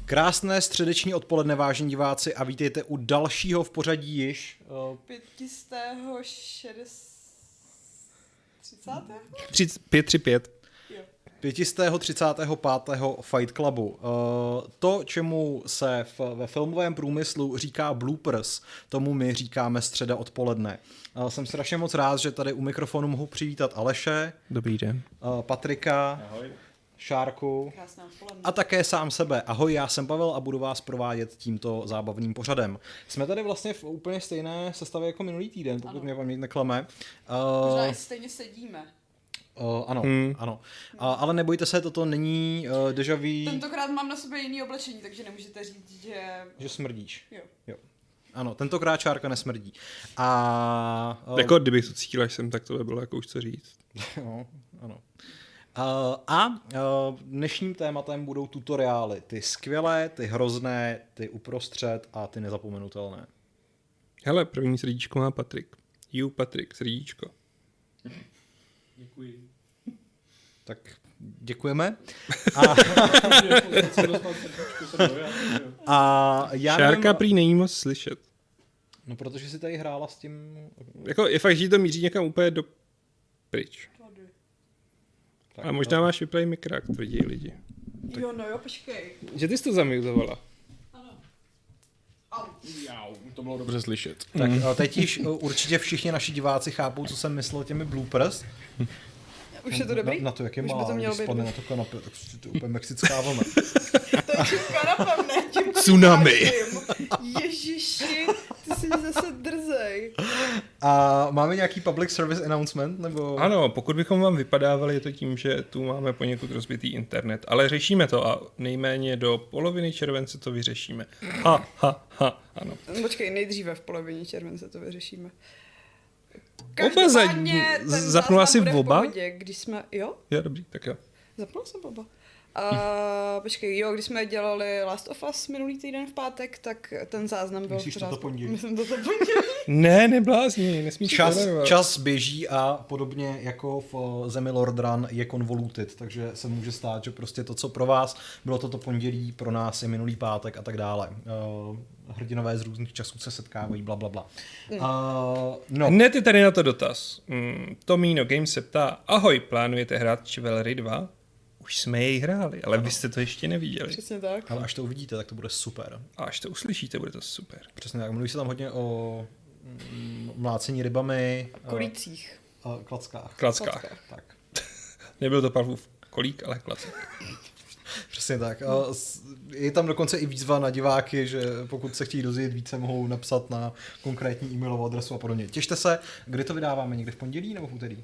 Krásné středeční odpoledne, vážení diváci, a vítejte u dalšího v pořadí již 535. 535. Fight Clubu. To, čemu se ve filmovém průmyslu říká bloopers, tomu my říkáme středa odpoledne. Jsem strašně moc rád, že tady u mikrofonu mohu přivítat Aleše. Dobrý den. Patrika. Ahoj. Šárku a také sám sebe. Ahoj, já jsem Pavel a budu vás provádět tímto zábavným pořadem. Jsme tady vlastně v úplně stejné sestavě jako minulý týden, pokud mě paměť neklame. Možná i stejně sedíme. Ano, ano. Ale nebojte se, toto není déjà vu. Tentokrát mám na sobě jiný oblečení, takže nemůžete říct, že smrdíš. Jo. Ano, tentokrát Šárka nesmrdí. Jako kdybych to cítil, až jsem, tak to by bylo jako už co říct. No, ano. Dnešním tématem budou tutoriály. Ty skvělé, ty hrozné, ty uprostřed a ty nezapomenutelné. Hele, první srdíčko má Patrik. Patrik, srdíčko. Děkuji. Tak děkujeme. Šárka prý není moc slyšet. No, protože si tady hrála s tím... Jako je fakt, že to míří někam úplně do pryč. Tak, ale možná máš vyplay mikro, jak tvrdí lidi. Tak... Jo, počkej. Že ty jsi to zamutovala. Ano. To bylo dobře slyšet. Tak teď již určitě všichni naši diváci chápou, co jsem myslel těmi bloopers. Už je to dobrý? Na to, jak je už malá, to mělo když spadne na to kanapě, tak to je úplně mexická vlna. To je kanapem, ne? Tím tsunami. Ježiši, ty jsi zase drzej. A máme nějaký public service announcement? Nebo... Ano, pokud bychom vám vypadávali, je to tím, že tu máme poněkud rozbitý internet, ale řešíme to a nejméně do poloviny července to vyřešíme. Ano. Počkej, nejdříve v polovině července to vyřešíme. Oba zapnula si v oba? Pohodě, když jsme, jo? Jo, dobrý, tak jo. Zapnul jsem oba. Počkej, když jsme dělali Last of Us minulý týden v pátek, tak ten záznam byl Myslíš toto pondělí? Myslím toto pondělí. Ne, neblázni, nesmíš čas běží a podobně jako v zemi Lord Run je convoluted, takže se může stát, že prostě to, co pro vás bylo toto pondělí, pro nás je minulý pátek a tak dále. Hrdinové z různých časů se setkávají, blablabla. No. Hned je tady na to dotaz. Tomino Games se ptá, ahoj, plánujete hrát Chivalry 2? Už jsme jej hráli, ale vy jste to ještě neviděli. Přesně tak. Ale až to uvidíte, tak to bude super. A až to uslyšíte, bude to super. Přesně tak. Mluví se tam hodně o mlácení rybami. Kolících. A klackách. Klackách. Tak. Nebyl to Pavlův kolík, ale klackách. Přesně tak. Je tam dokonce i výzva na diváky, že pokud se chtějí dozvědět více, mohou napsat na konkrétní e-mailovou adresu a podobně. Těšte se, kdy to vydáváme, někde v pondělí nebo v úterý?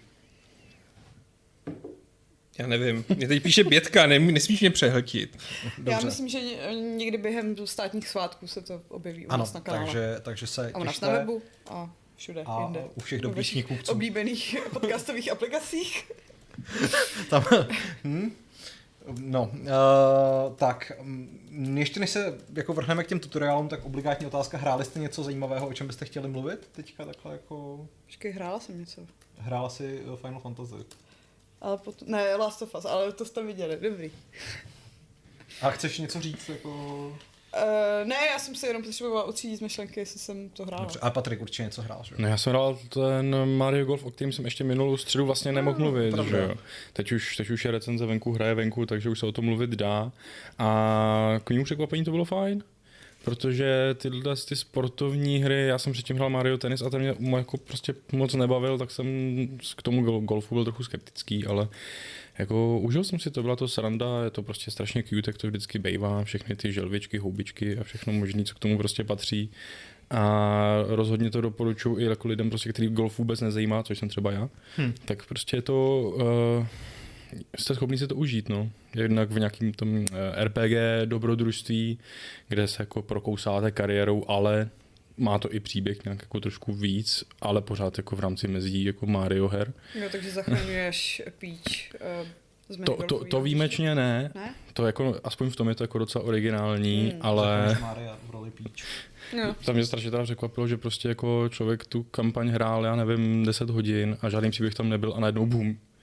Já nevím. Mě teď píše Bětka, nesmíš mě přehltit. Dobře. Já myslím, že někdy během státních svátků se to objeví u nás na kanále. Takže se těšte. A u nás na webu a všude a jinde. U všech dobrých kupců. Oblíbených podcastových aplikacích. Tam, No, tak, ještě než se jako vrhneme k těm tutoriálům, tak obligátní otázka, hráli jste něco zajímavého, o čem byste chtěli mluvit teďka takhle jako... Počkej, hrála jsem něco. Hrála si Final Fantasy. Ale ne, Last of Us, ale to jste viděli, dobrý. A chceš něco říct jako... Ne, já jsem se jenom potřebovala utřídit z myšlenky, jestli jsem to hrála. Dobře, a Patrik určitě něco hrál, že? No, já jsem hrál ten Mario Golf, o kterém jsem ještě minulou středu vlastně nemohl mluvit, že jo. Teď už je recenze venku, hraje venku, takže už se o tom mluvit dá. A k mému překvapení to bylo fajn, protože ty sportovní hry, já jsem předtím hrál Mario Tennis a ten mě jako prostě moc nebavil, tak jsem k tomu golfu byl trochu skeptický, ale jako užil jsem si to, byla to sranda, je to prostě strašně cute, jak to vždycky bejvá, všechny ty želvičky, houbičky a všechno možné, co k tomu prostě patří. A rozhodně to doporučuji i jako lidem, prostě, který golf vůbec nezajímá, což jsem třeba já. Tak prostě je to, jste schopni si to užít, no. Jednak v nějakým tom RPG dobrodružství, kde se jako prokousáte kariérou, ale má to i příběh nějak jako trošku víc, ale pořád jako v rámci mezí jako Mario her. Jo, takže zachraňuješ Peach z minigolfového. To výjimečně ne. To jako, aspoň v tom je to jako docela originální, ale... Maria v roli Peach. No. To mě strašně teda překvapilo, že prostě jako člověk tu kampaň hrál, já nevím, 10 hodin a žádný příběh tam nebyl a najednou boom.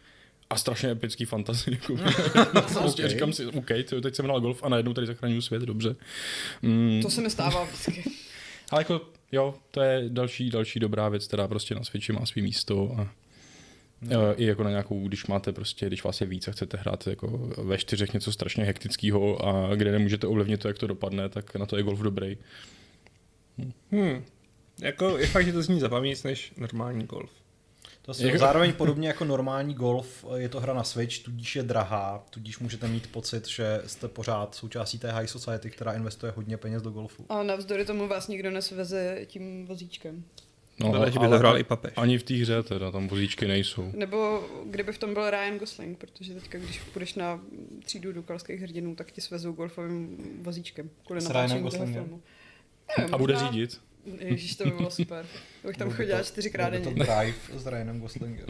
A strašně epický fantasy. Prostě říkám si, OK, teď jsem hrál golf a najednou tady zachraňuji svět, dobře. To se mi stává vždycky. Ale jako, jo, to je další dobrá věc, která prostě na Switchi má svý místo a i jako na nějakou, když vás je víc a chcete hrát jako ve 4 něco strašně hektického a kde nemůžete ovlivnit to, jak to dopadne, tak na to je golf dobrý. Jako je fakt, že to zní zabavíc než normální golf. To je zároveň podobně jako normální golf, je to hra na Switch, tudíž je drahá, tudíž můžete mít pocit, že jste pořád součástí té high society, která investuje hodně peněz do golfu. A navzdory tomu vás nikdo nesveze tím vozíčkem. No, ale že by to hrál i papež. Ani v té hře teda, tam vozíčky nejsou. Nebo kdyby v tom byl Ryan Gosling, protože teďka, když půjdeš na třídu dukalských hrdinů, tak ti svezou golfovým vozíčkem. Kvůli natáčení toho filmu. A bude řídit. Ježíš, to by bylo super. To bych tam chodila 4krát denně. To Drive s Ryanem Goslingem.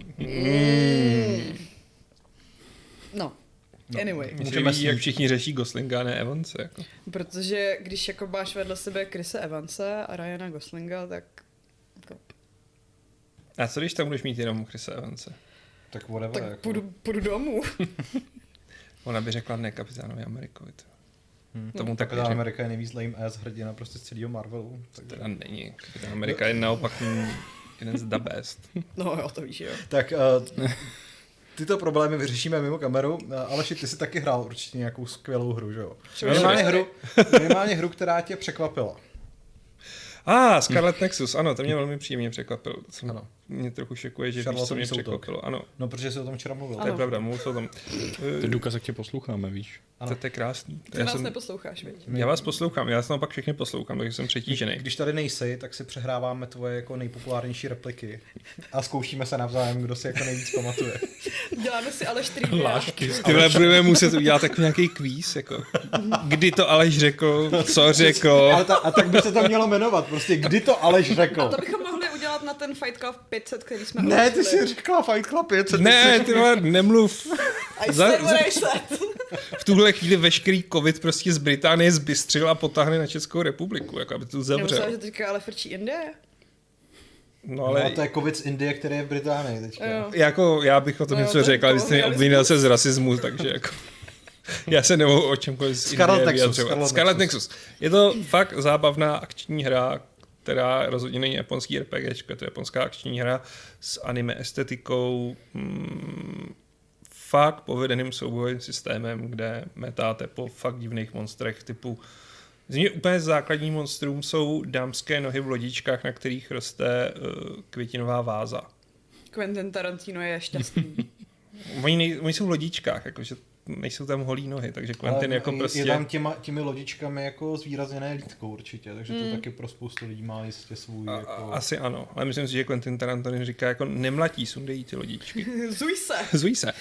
No. Anyway. Můžeme si, jak všichni řeší Goslinga, ne Evanse. Jako. Protože když jako máš vedle sebe Chrise Evanse a Ryana Goslinga, tak... Jako... A co když tam budeš mít jenom Chrise Evanse? Tak whatever. Tak jako. půjdu domů. Ona by řekla ne Kapitánovi Amerikovi. Tomu tak Kapitán Amerika je nejvíc lame ass hrdina prostě z celého Marvelu. Tak teda není. Kapitán Amerika je naopak jeden z the best. No jo, to víš, jo. Tak tyto problémy vyřešíme mimo kameru. Aleši, ty jsi taky hrál určitě nějakou skvělou hru, že jo? Minimálně hru, která tě překvapila. Scarlet Nexus, ano, to mě velmi příjemně překvapilo. Ano. Mě trochu šokuje, že víš, co mě překvapilo. Ano. No, protože jsi o tom včera mluvil. To je pravda, mluvil o tom. Ty důkaz, jak tě posloucháme, víš. To je krásný. Ty nás neposloucháš, viď? Já vás poslouchám, já jsem pak všechny poslouchám, takže jsem přetížený. Když tady nejsi, tak si přehráváme tvoje jako nejpopulárnější repliky a zkoušíme se navzájem, kdo si jako nejvíc pamatuje. Děláme si Aleš trivia. Lášky. Tyhle budeme muset udělat takový nějaký kvíz, jako kdy to Aleš řekl, co řekl. A tak by se to mělo jmenovat, prostě kdy to Aleš řekl. A to bychom mohli udělat na ten Fight Club 500, který jsme Ne, ty jsi řekla Fight Club 500. Ne, ty vole, nemluv. I said what I said. V tuhle chvíli veškerý covid prostě z Británie zbystřil a potáhne na Českou republiku, jako aby tu zavřel. Nemyslel, že teďka ale frčí Indie? No ale... No, to je covid z Indie, který je v Británii teďka. Jako, já bych o tom něco řekl, ale jste mě obvinil se z rasismu, takže jako... Já se nemohu o čemkoliv z Indie vyjadřovat. Scarlet Nexus. Je to fakt zábavná akční hra, která rozhodně není japonský RPGčko, to je japonská akční hra s anime estetikou, fakt povedeným soubojovým systémem, kde metáte po fakt divných monstrech typu úplně základní monstrum jsou dámské nohy v lodičkách, na kterých roste květinová váza. Quentin Tarantino je šťastný. Oni jsou v lodičkách, jakože nejsou tam holí nohy, takže Quentin jako prostě... Je tam těmi lodičkami jako zvýrazněné lítkou určitě, takže to taky pro spoustu lidí má jistě svůj jako... Asi ano, ale myslím si, že Quentin Tarantino říká jako nemlatí, sundejí ty lodičky. Zuj se.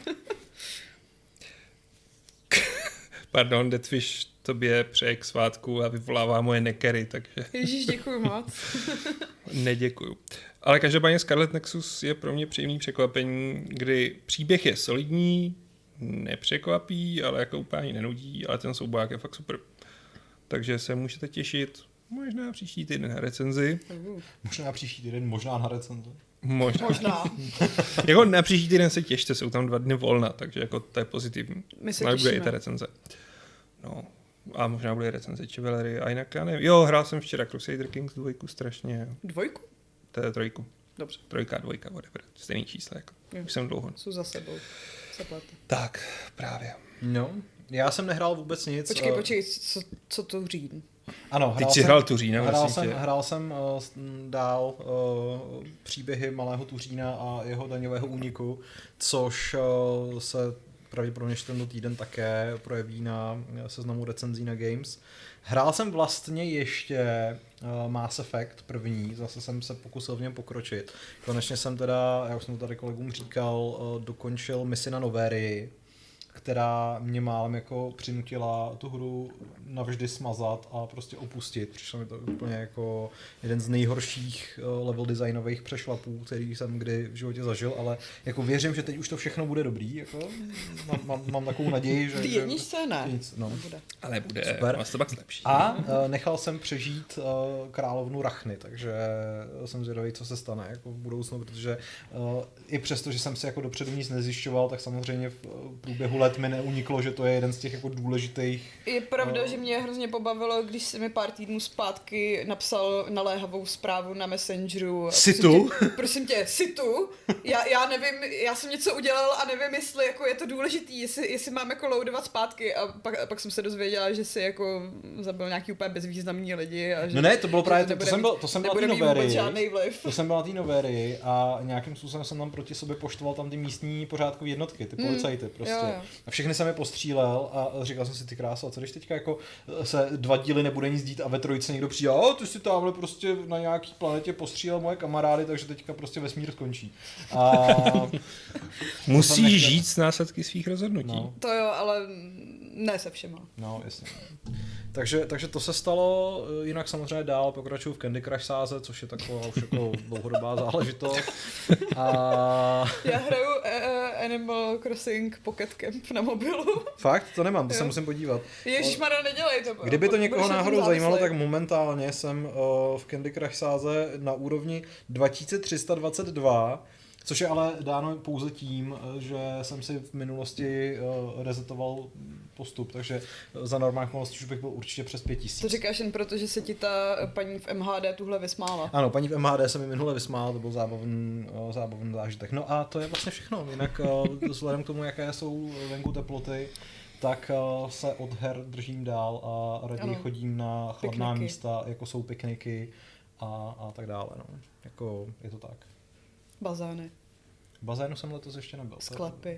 Pardon, Deathwish tobě přeje k svátku a vyvolává moje nekery, takže... Ježíš, děkuju moc. Neděkuju. Ale každopádně Scarlet Nexus je pro mě příjemný překvapení, kdy příběh je solidní, nepřekvapí, ale jako úplně ani nenudí, ale ten souboják je fakt super. Takže se můžete těšit možná příští týden na recenzi. Možná příští týden, možná na recenzi. Možná. Jako na příští týden se těšte, jsou tam 2 dny volna, takže jako to je pozitivní. My se těšíme. Bude i ta recenze. No. A možná bude recenze Chivalry a jinak já nevím. Jo, hrál jsem včera Crusader Kings 2 strašně. 2? To je 3. Dobře. 3, 2, whatever. Stejný číslo, jako. Už jsem dlouho. Jsou za sebou. Tak, právě. No, já jsem nehrál vůbec nic. Počkej, co to řídím? Ano, teď jsi hrál Tuřína. Hrál jsem dál příběhy malého Tuřína a jeho daňového úniku, což se pravděpodobně tento týden také projeví na seznamu recenzí na Games. Hrál jsem vlastně ještě Mass Effect první, zase jsem se pokusil v něm pokročit. Konečně jsem teda, já už jsem to tady kolegům říkal, dokončil misi na Noverii, která mě málem jako přinutila tu hru navždy smazat a prostě opustit. Přišlo mi to úplně jako jeden z nejhorších level designových přešlapů, který jsem kdy v životě zažil, ale jako věřím, že teď už to všechno bude dobrý, jako mám takovou naději, že... V jedničce ne. Nebude. Ale bude, super. vás to pak lepší. A nechal jsem přežít královnu Rachny, takže jsem zvědavý, co se stane jako v budoucnu, protože i přesto, že jsem si jako dopředu nic nezjišťoval, tak samozřejmě v průběhu let mi neuniklo, že to je jeden z těch jako důležitých... Je pravda, že mě hrozně pobavilo, když jsi mi pár týdnů zpátky napsal naléhavou zprávu na Messengeru. Situ? Prosím tě, Situ. Já nevím, já jsem něco udělal a nevím, jestli jako je to důležitý, jestli mám jako loadovat zpátky a pak jsem se dozvěděla, že si jako zabil nějaký úplně bezvýznamný lidi. A že, no ne, to bylo právě, to jsem byl na té Novérii a nějakým způsobem jsem tam proti sobě poštval tam ty místní pořádkové jednotky, ty policajty prostě. Jo. A všechny jsem je postřílel a říkal jsem si, ty krása, co když teďka jako se 2 díly nebude nic dít a ve trojice někdo přijde, ty si tamhle prostě na nějaký planetě postřílel moje kamarády, takže teďka prostě vesmír skončí. A musíš žít s následky svých rozhodnutí. No. To jo, ale ne se všema. No, jasně. Takže to se stalo, jinak samozřejmě dál pokračuju v Candy Crush sáze, což je taková už jako dlouhodobá záležitost. A... Já hraju Animal Crossing Pocket Camp na mobilu. Fakt? To nemám, to se musím podívat. Ježišmarja, nedělej to. Kdyby to někoho náhodou zajímalo, tak momentálně jsem v Candy Crush sáze na úrovni 2322, což je ale dáno pouze tím, že jsem si v minulosti resetoval postup, takže za normální okolností už bych byl určitě přes 5000. To říkáš jen proto, že se ti ta paní v MHD tuhle vysmála. Ano, paní v MHD se mi minule vysmála, to byl zábavný zážitek. No a to je vlastně všechno, jinak vzhledem k tomu, jaké jsou venku teploty, tak se od her držím dál a raději chodím na chladná místa, jako jsou pikniky a tak dále. No. Jako je to tak. Bazény. V bazénu jsem letos ještě nebyl. Sklepy.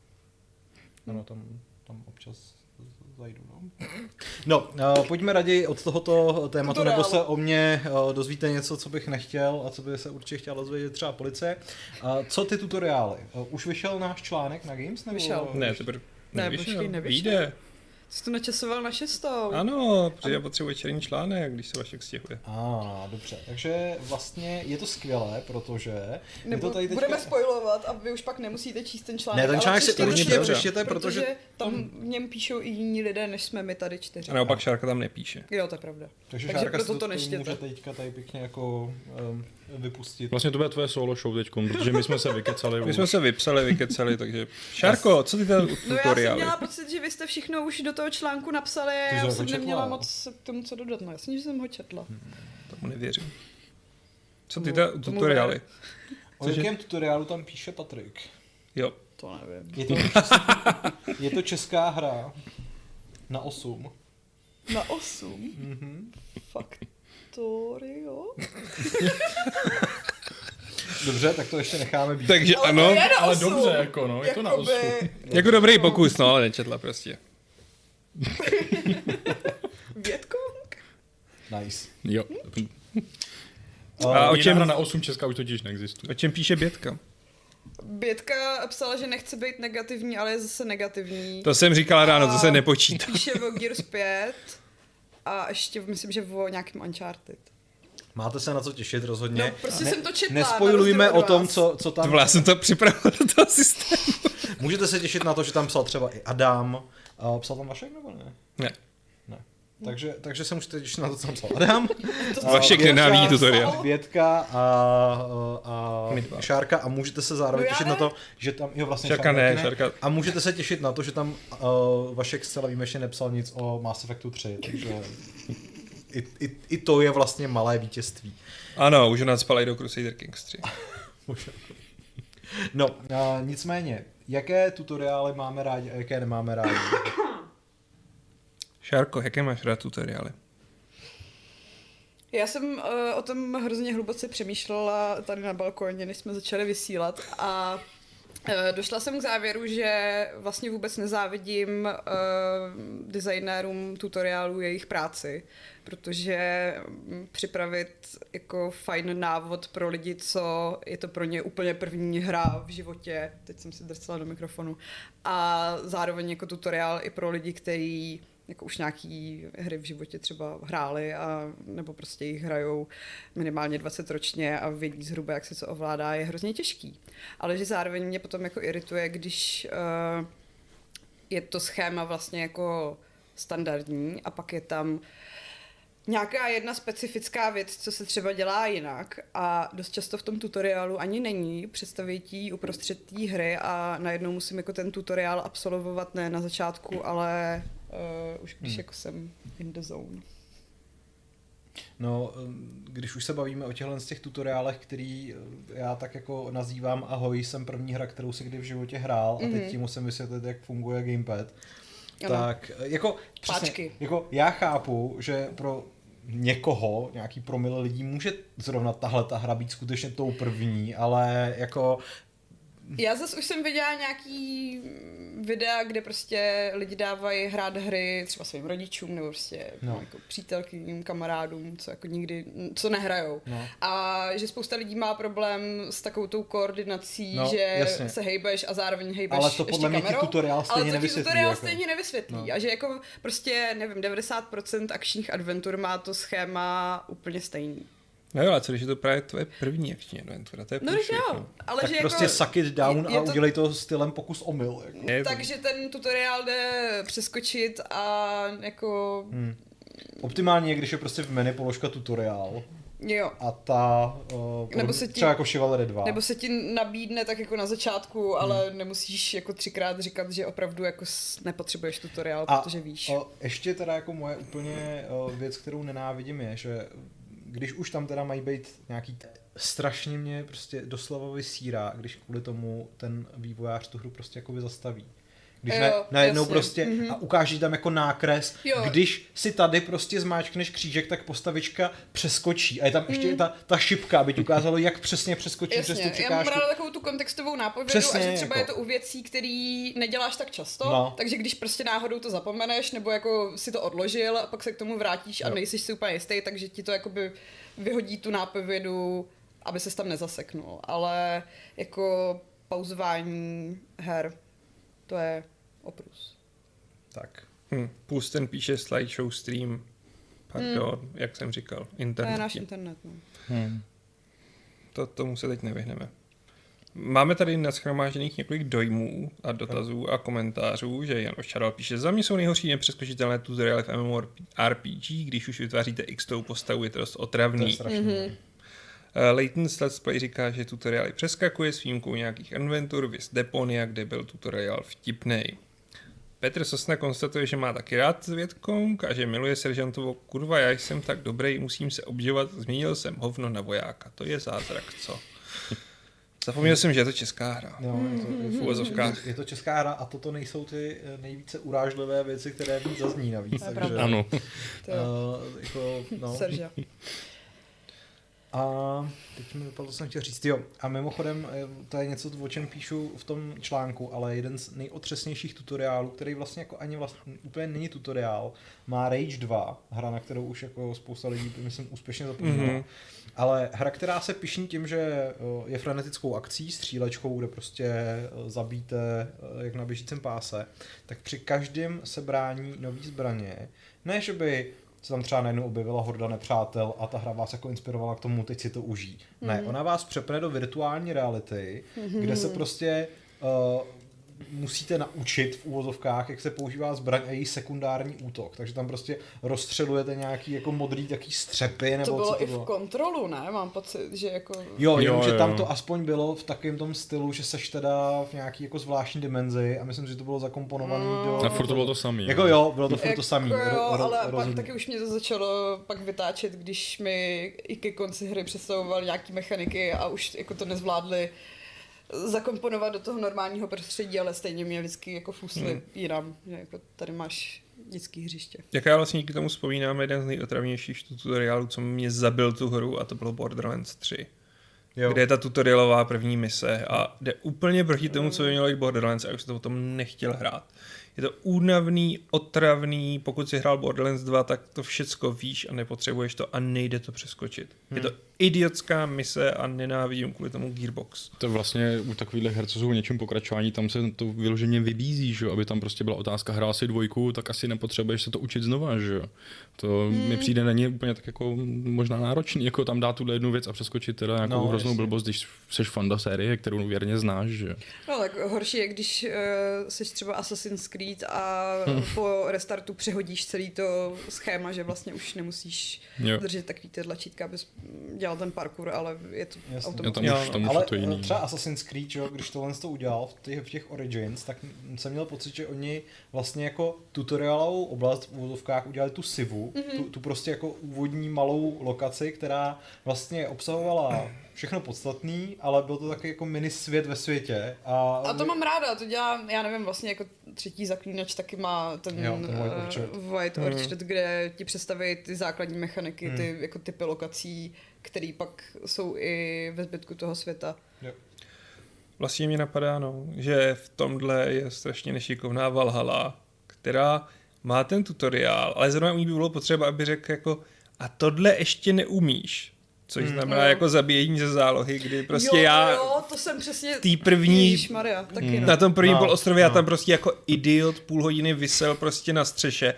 No, tam občas zajdu. No, pojďme raději od tohoto tématu, nebo se o mě dozvíte něco, co bych nechtěl a co by se určitě chtěla dozvědět třeba policie. Co ty tutoriály? Už vyšel náš článek na Games? Nebo vyšel. Ne, teprve nevyšel. Vyjde. Jsi to načasoval na 6. Ano, protože já potřebuji černý článek, když se Vašek stěhuje. Dobře, takže vlastně je to skvělé, protože... Nebo to tady budeme spoilovat a vy už pak nemusíte číst ten článek. Ne, ten článek si určitě přečtěte, protože tam v něm píšou i jiní lidé, než jsme my tady 4. A naopak Šárka tam nepíše. Jo, to je pravda. Takže Šárka proto to neštěte. Může teďka tady pěkně jako vypustit. Vlastně to bude tvoje solo show teďkon, protože my jsme se vykecali. My jsme se vykecali, takže... Šárko, co ty tady tutoriály? No já jsem měla pocit, že vy jste všechno už do toho článku napsali a já jsem neměla moc k tomu co dodat. No jasně, že jsem ho četla. Tomu nevěřím. Co ty tady tutoriály? O jakém tutoriálu tam píše Patrik? Jo. To nevím. Je to česká hra na 8. Na 8? Mhm. Factorio? Dobře, tak to ještě necháme být. Takže ale ano, ale dobře, jako no, je to na 8. Jako dobrý pokus, no, ale nečetla prostě. Větkong? Nice. Jo. A o čem na 8 česká už totiž neexistuje. O čem píše Bětka? Bětka psala, že nechce být negativní, ale je zase negativní. To jsem říkala ráno, to se nepočítá. Píše o Gears 5 a ještě myslím, že o nějakém Uncharted. Máte se na co těšit rozhodně. No, prostě jsem to četla. Nespoilujme o tom, co tam... Já jsem to připravil do toho systému. Můžete se těšit na to, že tam psal třeba i Adam. Psal tam Vašek nebo ne? Ne. Takže se můžete těšit na to, co tam psal Adam. Vašek nenávidí tutoriál. Bětka a Šárka a můžete se zároveň těšit na to, že tam... Jo, vlastně Šárka ne. A můžete se těšit na to, že tam Vašek zcela výjimečně nepsal nic o Mass Effectu 3, takže... I to je vlastně malé vítězství. Ano, už nás spalají do Crusader Kings 3. No, nicméně, jaké tutoriály máme rádi a jaké nemáme rádi? Šárko, jaké máš rád tutoriály? Já jsem o tom hrozně hluboce přemýšlela tady na balkóně, než jsme začali vysílat a Došla jsem k závěru, že vlastně vůbec nezávidím designérům tutoriálů jejich práci, protože připravit jako fajn návod pro lidi, co je to pro ně úplně první hra v životě, teď jsem si drcela do mikrofonu, a zároveň jako tutoriál i pro lidi, kteří jako už nějaký hry v životě třeba hráli a nebo prostě jich hrajou minimálně 20 ročně a vědí zhruba, jak se co ovládá, je hrozně těžký. Ale že zároveň mě potom jako irituje, když je to schéma vlastně jako standardní a pak je tam nějaká jedna specifická věc, co se třeba dělá jinak a dost často v tom tutoriálu ani není, představí ti uprostřed té hry a najednou musím jako ten tutoriál absolvovat ne na začátku, ale už když jako jsem in the zone. No, když už se bavíme o těchto z těch tutoriálech, který já tak jako nazývám ahoj, jsem první hra, kterou si kdy v životě hrál a teď ti musím vysvětlit, jak funguje gamepad. Ano. Tak jako přesně, jako já chápu, že pro někoho, nějaký promile lidí může zrovna tahle ta hra být skutečně tou první, ale jako já zase už jsem viděla nějaký videa, kde prostě lidi dávají hrát hry třeba svým rodičům nebo prostě jako přítelkyním, kamarádům, co jako nikdy, co nehrajou. No. A že spousta lidí má problém s takovou tou koordinací, že jasně. se hejbeš a zároveň hejbeš ještě kamerou. Ale to podle mě tutoriál stejně nevysvětlí. No. A že jako prostě, nevím, 90% akčních adventur má to schéma úplně stejný. No jo, ale co když je to právě tvoje první akční adventura, to je ale tak že prostě jako, suck it down a udělej to stylem pokus omyl. Jako. Takže ten tutoriál jde přeskočit a jako... Optimálně je, když je prostě v menu položka tutoriál. Jo. A ta, třeba jako Chivalry 2. Nebo se ti nabídne tak jako na začátku, ale nemusíš jako 3krát říkat, že opravdu jako nepotřebuješ tutoriál, protože víš. A ještě teda jako moje úplně věc, kterou nenávidím je, že když už tam teda mají být nějaký strašně mě prostě doslova vysírá, když kvůli tomu ten vývojář tu hru prostě jako zastaví. Když najednou prostě a ukáží tam jako nákres, když si tady prostě zmáčkneš křížek, tak postavička přeskočí. A je tam ještě ta šipka, aby ti ukázalo, jak přesně přeskočí přes tu překážku. Já mám ráda takovou tu kontextovou nápovědu a že třeba jako je to u věcí, který neděláš tak často, takže když prostě náhodou to zapomeneš, nebo jako si to odložil a pak se k tomu vrátíš a nejsiš si úplně jistý, takže ti to jakoby vyhodí tu nápovědu, aby ses tam nezaseknul. Ale jako pauzování her, to je oprus. Tak. Plus ten píše slideshow stream. Pardon, jak jsem říkal. Internet. To je náš internet. No. Tomu se teď nevyhneme. Máme tady nashromážděných několik dojmů a dotazů a komentářů, že Jan Oščaral píše, za mě jsou nejhorší nepřeskočitelné tutoriály v MMORPG, když už vytváříte x-tou postavu, je to dost otravný. To je strašný. Layton's Let's Play říká, že tutoriály přeskakuje s výjimkou nějakých adventur, viz Deponia, kde byl tutoriál vtipnej. Petr Sosna konstatuje, že má taky rád Vietcong a že miluje seržantovo kurva, já jsem tak dobrý, musím se obživovat, změnil jsem hovno na vojáka. To je zázrak, co? Zapomněl jsem, že je to česká hra. No, je to česká hra a toto nejsou ty nejvíce urážlivé věci, které víc zazní navíc. Takže, ano. Serža. A teď mi vypadlo, co jsem chtěl říct. Jo, a mimochodem, to je něco, o čem píšu v tom článku, ale jeden z nejotřesnějších tutoriálů, který vlastně jako ani vlastně úplně není tutoriál, má Rage 2, hra, na kterou už jako spousta lidí, myslím, úspěšně zapomněla. Ale hra, která se pyšní tím, že je frenetickou akcí, střílečkou, kde prostě zabíte jak na běžícím páse, tak při každém sebrání nový zbraně, ne že by se tam třeba najednou objevila horda nepřátel a ta hra vás jako inspirovala k tomu, teď si to užij. Ne, ona vás přepne do virtuální reality, kde se prostě musíte naučit v uvozovkách, jak se používá zbraň a její sekundární útok. Takže tam prostě rozstřelujete nějaký jako modrý taký střepy. Nebo to bylo co to i v Kontrolu, ne? Mám pocit, že jako... Jo, že tam to aspoň bylo v takovém tom stylu, že seš teda v nějaký jako zvláštní dimenzi a myslím, že to bylo zakomponované do... A furt to bylo to samý. Jako jo, bylo to furt to samý. Ale pak taky už mě to začalo pak vytáčet, když mi i ke konci hry představoval nějaký mechaniky a už jako to nezvládli zakomponovat do toho normálního prostředí, ale stejně mě vždycky jako fusli jinam, že jako tady máš dětský hřiště. Jak já vlastně k tomu vzpomínám, jeden z nejotravnějších tutoriálů, co mě zabil tu hru, a to bylo Borderlands 3. kde je ta tutorialová první mise a jde úplně proti tomu, co by mělo být Borderlands a už jsem to potom nechtěl hrát. Je to únavný, otravný, pokud jsi hrál Borderlands 2, tak to všecko víš a nepotřebuješ to a nejde to přeskočit. Je to idiotská mise a nenávidím kvůli tomu Gearbox. To vlastně u takovýchhle her, co jsou něčem pokračování, tam se to vyloženě vybízí, že? Aby tam prostě byla otázka, hrál si 2, tak asi nepotřebuješ se to učit znova, že? To mi přijde na ně úplně tak jako možná náročný, jako tam dát tuhle jednu věc a přeskočit teda nějakou hroznou blbost, když jsi fanda série, kterou věrně znáš, že? No tak horší je, když jsi třeba Assassin's Creed a po restartu přehodíš celý to schéma, že vlastně už nemusíš držet takový ty tlačítka, abys dělal ten parkour, ale je to automaticky. Ale to jiný. Třeba Assassin's Creed, jo, když tohle to udělal v těch Origins, tak jsem měl pocit, že oni vlastně jako tutorialovou oblast v úvodovkách udělali tu Civu, tu prostě jako úvodní malou lokaci, která vlastně obsahovala všechno podstatný, ale byl to taky jako mini svět ve světě. A to mám ráda, to dělá, já nevím, vlastně jako třetí Zaklínač taky má ten White Orchard, kde ti představí ty základní mechaniky, ty jako typy lokací, které pak jsou i ve zbytku toho světa. Jo. Vlastně mě napadá, že v tomhle je strašně nešikovná Valhalla, která má ten tutoriál, ale zrovna u ní by bylo potřeba, aby řekl jako a tohle ještě neumíš. Což znamená jako zabíjení ze zálohy, kdy prostě to jsem přesně tý první Ježišmarja, taky na tom prvním polostrově já tam prostě jako idiot půl hodiny visel prostě na střeše.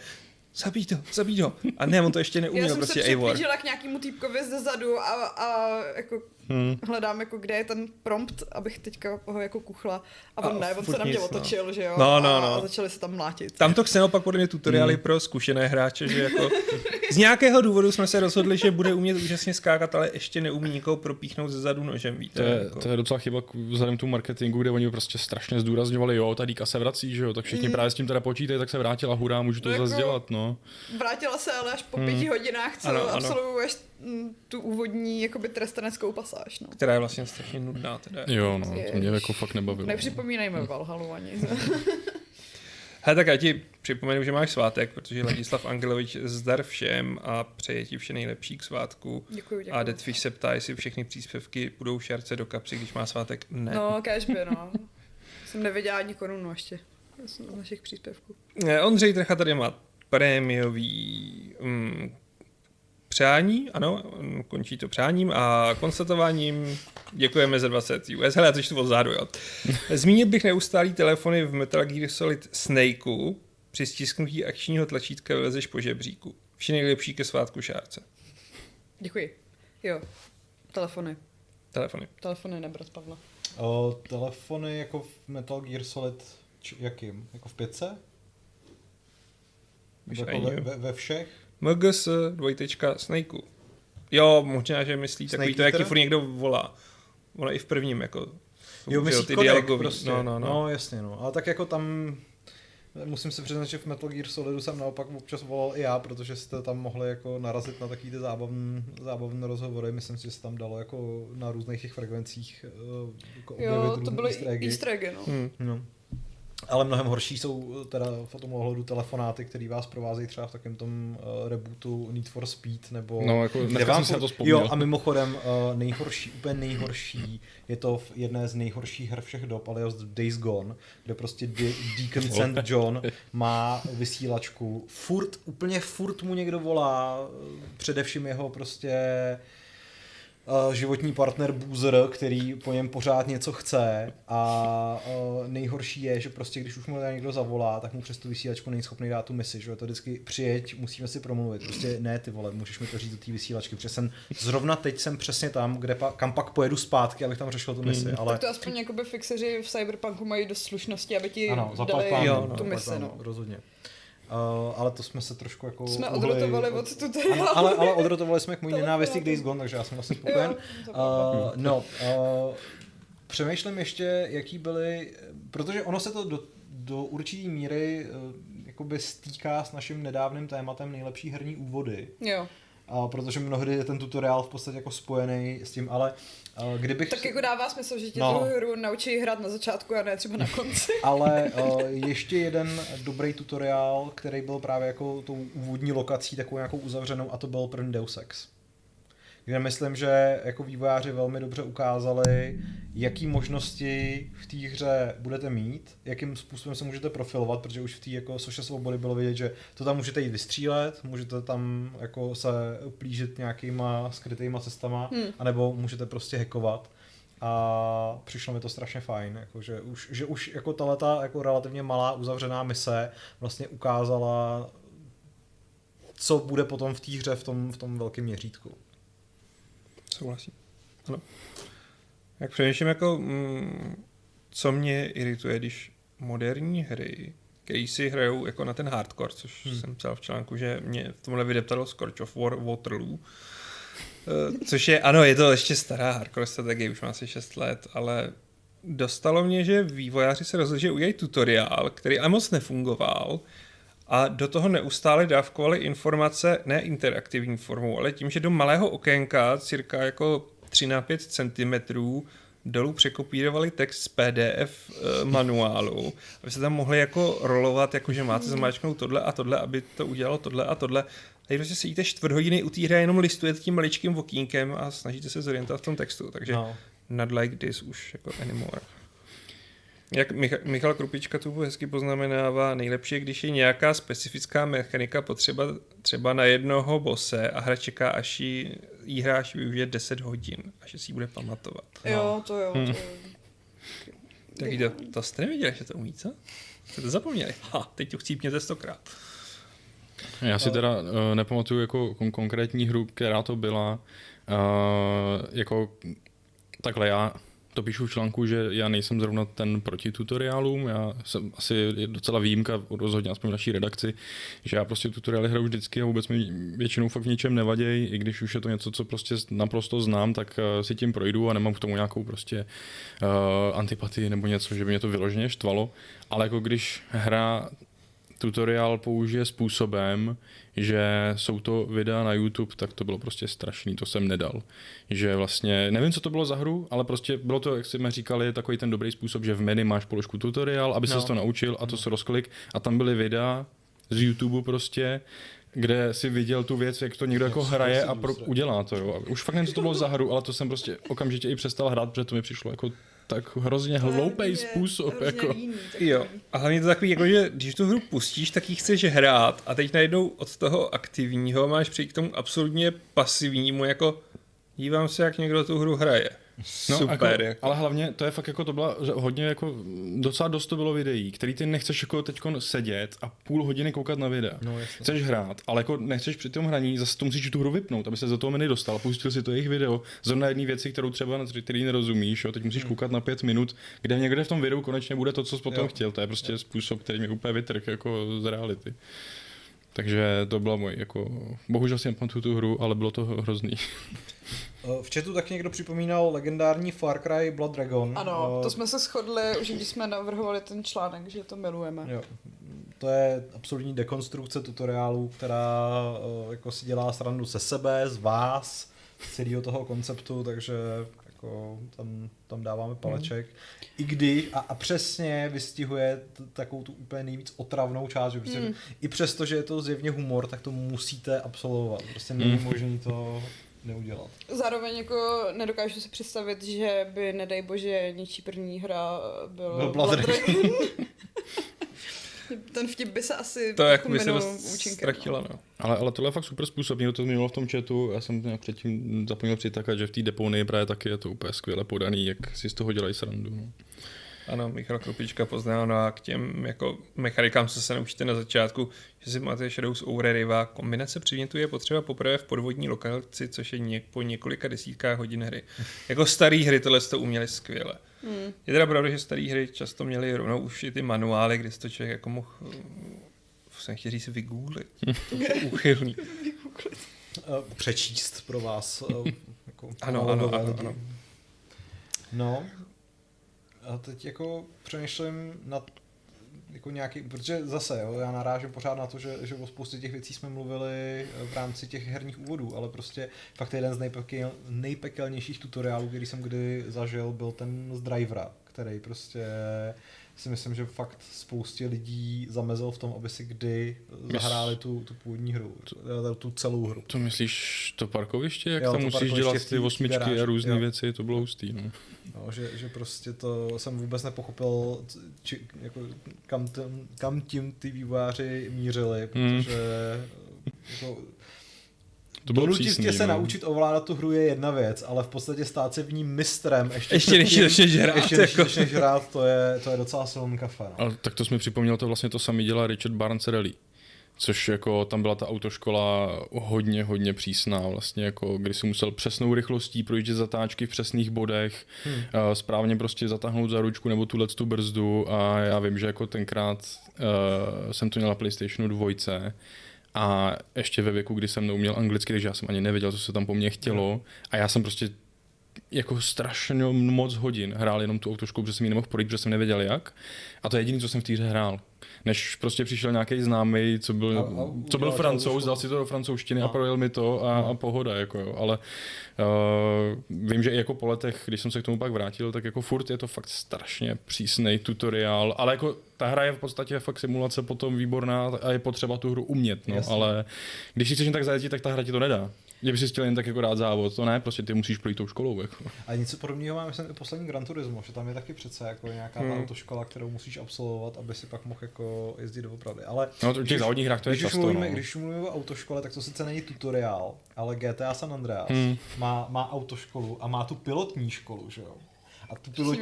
Zabij ho. A ne, on to ještě neuměl prostě Eivor. Já jsem se přiblížila k nějakému týpkovi zezadu a jako hledám, jako, kde je ten prompt, abych teďka ho jako kuchla. A on on se na mě otočil, že jo? A začali se tam mlátit. Tam to chce opak podle mě tutoriály pro zkušené hráče, že jako z nějakého důvodu jsme se rozhodli, že bude umět úžasně skákat, ale ještě neumí nikoho propíchnout zezadu nožem, víte? To je docela chyba vzhledem k tomu marketingu, kde oni prostě strašně zdůrazňovali, ta dýka se vrací, že jo? Tak všichni právě s tím teda počítají, tak se vrátila, hurá, můžu to zase dělat, no. Vrátila se ale až po 5 hodinách, co absolvuješ tu úvodní jakoby trestaneckou pasáž, no. Která je vlastně strašně nudná teda. Jo, no, to mě jako fakt nebavilo. Nepřipomínejme Valhalu ani. Hele, tak já ti připomenu, že máš svátek, protože Ladislav Angelovič zdar všem a přeje ti vše nejlepší k svátku. Děkuji. A Deadfish se ptá, jestli všechny příspěvky budou šarce do kapsy, když má svátek. Ne. No, kéžby, no. Jsem nevěděla ani korunu ještě z našich příspěvků. Ondřej Trcha tady má prémiový přání, ano, končí to přáním a konstatováním děkujeme za 20 US. Hele, já to čtu odzadu, jo. Zmínil bych neustálý telefony v Metal Gear Solid Snakeu při stisknutí akčního tlačítka vylezeš po žebříku. Vše nejlepší ke svátku šárce. Děkuji. Jo, telefony. Telefony nebrat Pavla. Telefony jako v Metal Gear Solid jakým? Jako v 5? Jako ve všech? MGS Snakeu. Jo, možná, že myslí takový to, jak ti furt někdo volá. Ono i v prvním, jako. Jo, myslí ty dialogový. Prostě. No, jasně, no. Ale tak jako tam musím se přiznat, že v Metal Gear Solidu jsem naopak občas volal i já, protože jste tam mohli jako narazit na takový ty zábavné rozhovory. Myslím si, že se tam dalo jako na různých těch frekvencích jako jo, to byly easter eggy, no. Ale mnohem horší jsou teda v tom ohledu telefonáty, který vás provázejí třeba v takovém tom rebootu Need for Speed, nebo... No, jako dneska jsem si na to vzpomněl. Jo, a mimochodem úplně nejhorší, je to v jedné z nejhorších her všech dob, ale Days Gone, kde prostě Deacon St. John má vysílačku. Úplně furt mu někdo volá, především jeho prostě... životní partner Boozer, který po něm pořád něco chce a nejhorší je, že prostě když už mu někdo zavolá, tak mu přes tu vysílačku není schopný dát tu misi, že to vždycky přijeď, musíme si promluvit, prostě ne ty vole, můžeš mi to říct do té vysílačky, protože zrovna teď jsem přesně tam, kam pak pojedu zpátky, abych tam řešil tu misi, ale... Tak to aspoň jakoby fixeři v Cyberpunku mají dost slušnosti, aby ti dali tu misi, rozhodně. Ale to jsme se trošku jako... Jsme odrotovali od tutoriálu. Ale odrotovali jsme k mojí nenávistí k Days Gone, takže já jsem vlastně spokojen. Přemýšlím ještě, jaký byly... Protože ono se to do určitý míry jakoby stýká s naším nedávným tématem nejlepší herní úvody. Jo. Protože mnohdy je ten tutoriál v podstatě jako spojený s tím, ale kdybych... Tak jako dává smysl, že tě tu hru naučí hrát na začátku a ne třeba na konci. Ale ještě jeden dobrý tutoriál, který byl právě jako tou úvodní lokací, takovou nějakou uzavřenou, a to byl první Deus Ex. kde myslím, že jako vývojáři velmi dobře ukázali, jaký možnosti v té hře budete mít, jakým způsobem se můžete profilovat, protože už v té jako Soše svobody bylo vidět, že to tam můžete jít vystřílet, můžete tam jako se plížit nějakýma skrytýma cestama, anebo můžete prostě hackovat. A přišlo mi to strašně fajn, jako, že už jako tahleta jako relativně malá uzavřená mise vlastně ukázala, co bude potom v té hře v tom velkém měřítku. Souhlasím. Ano. Jak přemýšlím, jako, co mě irituje, když moderní hry, které si hrajou jako na ten hardcore, což jsem psal v článku, že mě v tomhle vydeptalo Scourge of Waterloo, což je, ano, je to ještě stará hardcore strategie, už má asi 6 let, ale dostalo mě, že vývojáři se rozhodli, že udělají tutoriál, který ale moc nefungoval a do toho neustále dávkovali informace ne interaktivní formou, ale tím, že do malého okénka, cirka jako 3x5 cm, dolů překopírovali text z PDF manuálu, aby se tam mohli jako rolovat, jako že máte zmáčknout tohle a tohle, aby to udělalo tohle a tohle. A prostě sedíte 4 hodiny u té hry a jenom listujete tím maličkým okýnkem a snažíte se zorientovat v tom textu, takže not like this už jako anymore. Jak Michal Krupička tu hezky poznamenává, nejlepší je, když je nějaká specifická mechanika potřeba třeba na jednoho bose a hra čeká, až jí hráč využije 10 hodin, až si ji bude pamatovat. Jo, to jo. Tak to jste nevěděli, že to umí, co? Jste to zapomněli. Teď tu chcípněte 100krát. Já si teda nepamatuju jako konkrétní hru, která to byla. Jako takhle já to píšu v článku, že já nejsem zrovna ten proti tutoriálům, já jsem asi docela výjimka, rozhodně aspoň v naší redakci, že já prostě tutoriály hraju vždycky a vůbec mi většinou fakt v ničem nevadějí, i když už je to něco, co prostě naprosto znám, tak si tím projdu a nemám k tomu nějakou prostě antipatii nebo něco, že by mě to vyloženě štvalo, ale jako když hra tutoriál použije způsobem, že jsou to videa na YouTube, tak to bylo prostě strašný, to jsem nedal. Že vlastně, nevím, co to bylo za hru, ale prostě bylo to, jak jsme říkali, takový ten dobrý způsob, že v menu máš položku tutoriál, aby ses to naučil a to se rozklik a tam byly videa z YouTube prostě, kde si viděl tu věc, jak to někdo jako hraje a udělá to, jo. Už fakt nevím, co to bylo za hru, ale to jsem prostě okamžitě i přestal hrát, protože to mi přišlo jako tak hrozně hloupej způsob. Jako. Jo, a hlavně to takový, jako, že když tu hru pustíš, tak ji chceš hrát a teď najednou od toho aktivního máš přijít k tomu absolutně pasivnímu, jako dívám se, jak někdo tu hru hraje. No, super. Jako, ale hlavně to je fakt jako to byla hodně jako docela dost to bylo videí, který ty nechceš jako teďkon sedět a půl hodiny koukat na videa. No, chceš hrát, ale jako nechceš při tom hraní, zase to musíš tu hru vypnout, aby se do toho menu dostal, pustil si to jejich video, zrovna jedné věci, kterou třeba který nerozumíš, jo, teď musíš koukat na 5 minut, kde někde v tom videu konečně bude to, co jsi potom chtěl. To je prostě způsob, který mě úplně vytrh jako z reality. Takže to byla moje, jako, bohužel si nepamatuju tu hru, ale bylo to hrozný. V chatu tak někdo připomínal legendární Far Cry Blood Dragon. Ano, to jsme se shodli, už když jsme navrhovali ten článek, že to milujeme. Jo. To je absolutní dekonstrukce tutoriálu, která jako si dělá srandu ze sebe, z vás, z celého toho konceptu, takže jako tam dáváme paleček. I když, a přesně vystihuje takovou tu úplně nejvíc otravnou část, že prostě i přesto, že je to zjevně humor, tak to musíte absolvovat. Prostě není možný to neudělat. Zároveň jako nedokážu si představit, že by, nedej bože, něčí první hra byl Blood Dragon. Ten vtip by se asi to jako by se ztratila, no. Ale tohle je fakt super způsob, někdo to zmiňoval v tom chatu, já jsem předtím zapomněl přitakat, že v té deponii právě taky je to úplně skvěle podaný, jak si z toho dělají srandu. No. Ano, Michal Krupička poznává k těm jako mechanikám, co se naučíte na začátku, že si máte Shadows over Riva. Kombinace předmětů je potřeba poprvé v podvodní lokalizaci, což je po několika desítkách hodin hry. Jako starý hry tohle to uměli skvěle. Je teda pravda, že staré hry často měly rovnou už i ty manuály, kde si to člověk jako mohl, jsem chtěl říct, vygooglit. To je úchylný. Přečíst pro vás. Jako ano. No, a teď jako přemýšlím nad jako nějaký, protože zase, jo, já narážím pořád na to, že o spoustě těch věcí jsme mluvili v rámci těch herních úvodů, ale prostě fakt jeden z nejpekelnějších tutoriálů, který jsem kdy zažil, byl ten z Drivera, který prostě si myslím, že fakt spoustě lidí zamezil v tom, aby si kdy zahráli tu původní hru, tu celou hru. To myslíš to parkoviště, jak tam musíš dělat ty osmičky a různé věci, to bylo hustý, no. No, že prostě to jsem vůbec nepochopil, jako, kam tím ty vývojáři mířili, protože jako, to bylo donutit přísný, tě se no. naučit ovládat tu hru je jedna věc, ale v podstatě stát se v ní mistrem ještě než začneš hrát, to je docela silný kafe. No. Ale tak to jsme připomněl, to vlastně to samý dělá Richard Barnes-Rally. Což jako tam byla ta autoškola hodně přísná, vlastně jako když si musel přesnou rychlostí projíždět zatáčky v přesných bodech, správně prostě zatáhnout za ručku nebo tu brzdu a já vím, že jako tenkrát jsem to měl na PlayStationu 2 a ještě ve věku, kdy jsem neuměl anglicky, takže já jsem ani nevěděl, co se tam po mně chtělo a já jsem prostě jako strašně moc hodin hrál jenom tu autoškolu, protože jsem ji nemohl projít, protože jsem nevěděl jak a to je jediné, co jsem v té hře hrál. Než prostě přišel nějaký známý, co byl Francouz, dal si to do francouzštiny a projel mi to a pohoda, jako jo. Ale vím, že i jako po letech, když jsem se k tomu pak vrátil, tak jako furt je to fakt strašně přísnej tutoriál, ale jako ta hra je v podstatě fakt simulace potom výborná a je potřeba tu hru umět, no, ale když si chceš jen tak zajetit, tak ta hra ti to nedá. Kdyby si chtěl jen tak jako dát závod, to ne, prostě ty musíš projít tou školou. Jako. A něco podobného mám myslím i poslední Gran Turismo, že tam je taky přece jako nějaká ta autoškola, kterou musíš absolvovat, aby si pak mohl jako jezdit doopravdy. Ale no to v těch závodních hrách to je často. Když mluvíme o autoškole, tak to sice není tutoriál, ale GTA San Andreas má autoškolu a má tu pilotní školu, že jo? A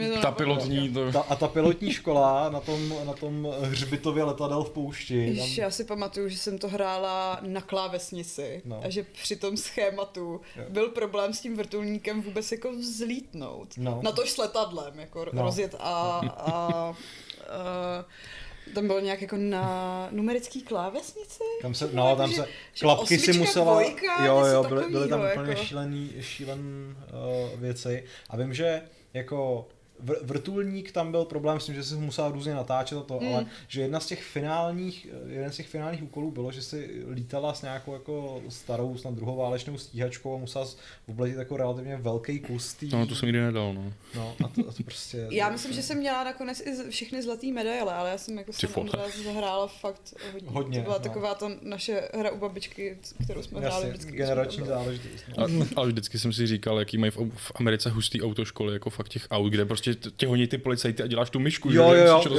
ta pilotní škola na tom hřbitově letadel v poušti. Já si pamatuju, že jsem to hrála na klávesnici a že při tom schématu byl problém s tím vrtulníkem vůbec jako vzlítnout. Na to s letadlem, jako rozjet a tam bylo nějak jako na numerický klávesnici? Tam se klapky si musela, byly tam úplně šílený věci a vím, že jako vrtulník tam byl problém s tím, že si musela různě natáčet a to, ale že jeden z těch finálních úkolů bylo, že si lítala s nějakou jako starou, snad druhoválečnou stíhačkou a musela obletět jako relativně velký kus tý. No to jsem nikdy nedal, no. No a to prostě... Já myslím, že jsem měla nakonec i všechny zlatý medaile, ale já jsem jako zahrála fakt hodně. To byla taková ta naše hra u babičky, kterou jsme hráli vždycky. Generační záležitost. Ale vždycky jsem si říkal, jaký mají v Americe hustý autoškoly, jako fakt těch aut, kde prostě tě honí ty policajty a děláš tu myšku, jo,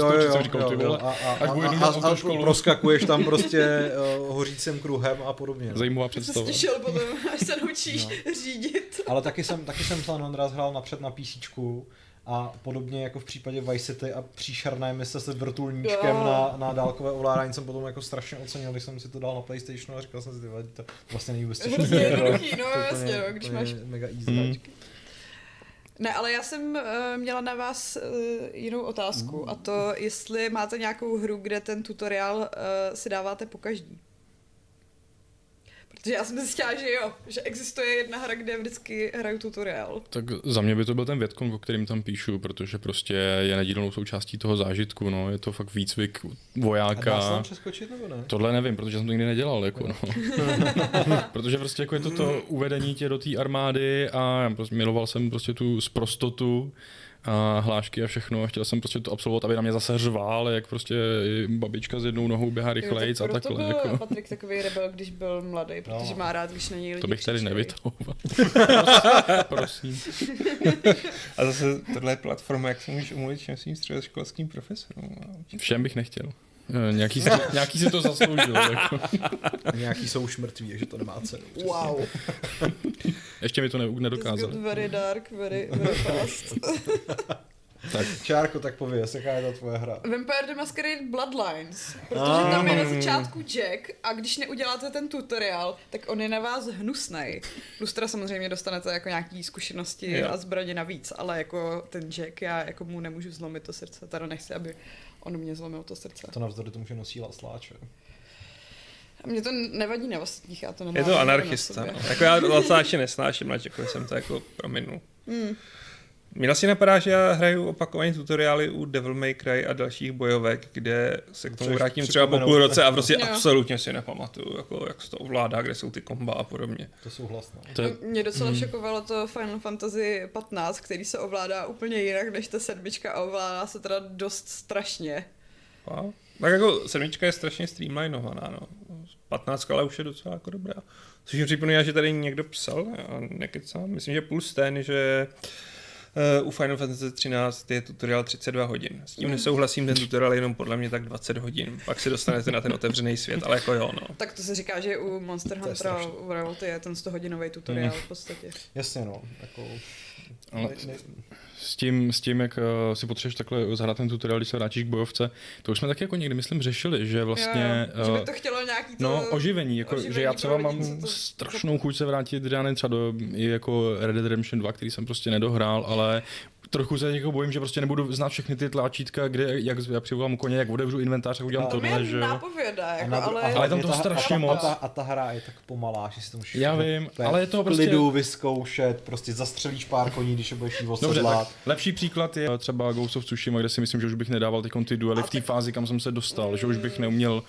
a proskakuješ tam prostě hořícím kruhem a podobně. Zajímavá představa. Jsi těšil potom, až se naučíš řídit. Ale taky jsem San Andreas hrál napřed na PCčku a podobně jako v případě Vice City a příšerné mise se vrtulníčkem na dálkové ovládání jsem potom jako strašně ocenil, když jsem si to dal na PlayStationu a říkal jsem si, to vlastně není vůbec těžké. No jasně, když máš mega easy. Ne, ale já jsem měla na vás jinou otázku a to, jestli máte nějakou hru, kde ten tutoriál si dáváte pokaždý. Protože já jsem zjistila, že jo, že existuje jedna hra, kde vždycky hraju tutoriál. Tak za mě by to byl ten Vietcong, o kterým tam píšu, protože prostě je nedílnou součástí toho zážitku, no, je to fakt výcvik vojáka. A dá se tam přeskočit nebo ne? Tohle nevím, protože jsem to nikdy nedělal, jako no. Protože prostě jako je to uvedení tě do té armády a miloval jsem prostě tu sprostotu a hlášky a všechno a chtěl jsem prostě to absolvovat, aby na mě zase řvál, jak prostě babička s jednou nohou běhá rychlejc a takhle. To byl jako. Patrik takový rebel, když byl mladý, protože má rád, když na něj lidi to bych tady nevytahoval. Prosím. A zase tohle je platforma, jak se můžeš omluvit všem svým středoškolským profesorům. Všem bych nechtěl. Nějaký si to zasloužil. Jako. Nějaký jsou už mrtví, takže to nemá cenu. Wow. Ještě mi to nedokázali. It's very dark, very fast. Tak. Čárko, tak pověz, jaká je ta tvoje hra? Vampire the Masquerade Bloodlines, protože tam je na začátku Jack a když neuděláte ten tutoriál, tak on je na vás hnusnej. Plus teda samozřejmě dostanete jako nějaký zkušenosti a zbraně navíc, ale jako ten Jack, já jako mu nemůžu zlomit to srdce, teda nechci, aby on mě zlomil to srdce. To navzdory tomu, že nosí sláče. A mě to nevadí na ostatních, já to nemám. Je to anarchista. Jako já lasáče nesnáším, na Jackovi jsem to jako prominul. Mě vlastně napadá, že já hraju opakovaně tutoriály u Devil May Cry a dalších bojovek, kde se k tomu vrátím třeba po půl roce a prostě absolutně si nepamatuju, jako, jak se to ovládá, kde jsou ty komba a podobně. To souhlasné. Mě docela šokovalo to Final Fantasy 15, který se ovládá úplně jinak než ta 7 a ovládá se teda dost strašně. A? Tak jako 7 je strašně streamlinovaná, no. 15 ale už je docela jako dobrá. Což mi připomíná, že tady někdo psal, a nekecám, myslím, že plus ten, že u Final Fantasy 13 je tutoriál 32 hodin. S tím nesouhlasím, ten tutoriál je jenom podle mě tak 20 hodin. Pak se dostanete na ten otevřený svět, ale jako jo, no. Tak to se říká, že u Monster Huntera World je ten 100hodinový tutoriál v podstatě. Jasně, no. Jako... S tím, jak si potřebuješ takhle zahrát ten tutoriál, když se vrátíš k bojovce, to už jsme taky jako někdy, myslím, řešili, že vlastně... Jo, že by to chtělo nějaký to... No, oživení, jako, že já třeba mám strašnou chuť se vrátit, třeba do jako Red Dead Redemption 2, který jsem prostě nedohrál, ale trochu se jako bojím, že prostě nebudu znát všechny ty tlačítka, kde, jak já přivolám koně, jak otevřu inventář, jak udělám tohle, že jo. Nápověda, jako, ale tam to strašně moc. A ta hra je tak pomalá, že si to můžeš... Já vím, ale je to prostě... klidu vyzkoušet, prostě zastřelíš pár koní, když je budeš jí osedlat. Lepší příklad je třeba Ghost of Tsushima, kde si myslím, že už bych nedával ty duely v té fázi, kam jsem se dostal, že už bych neuměl...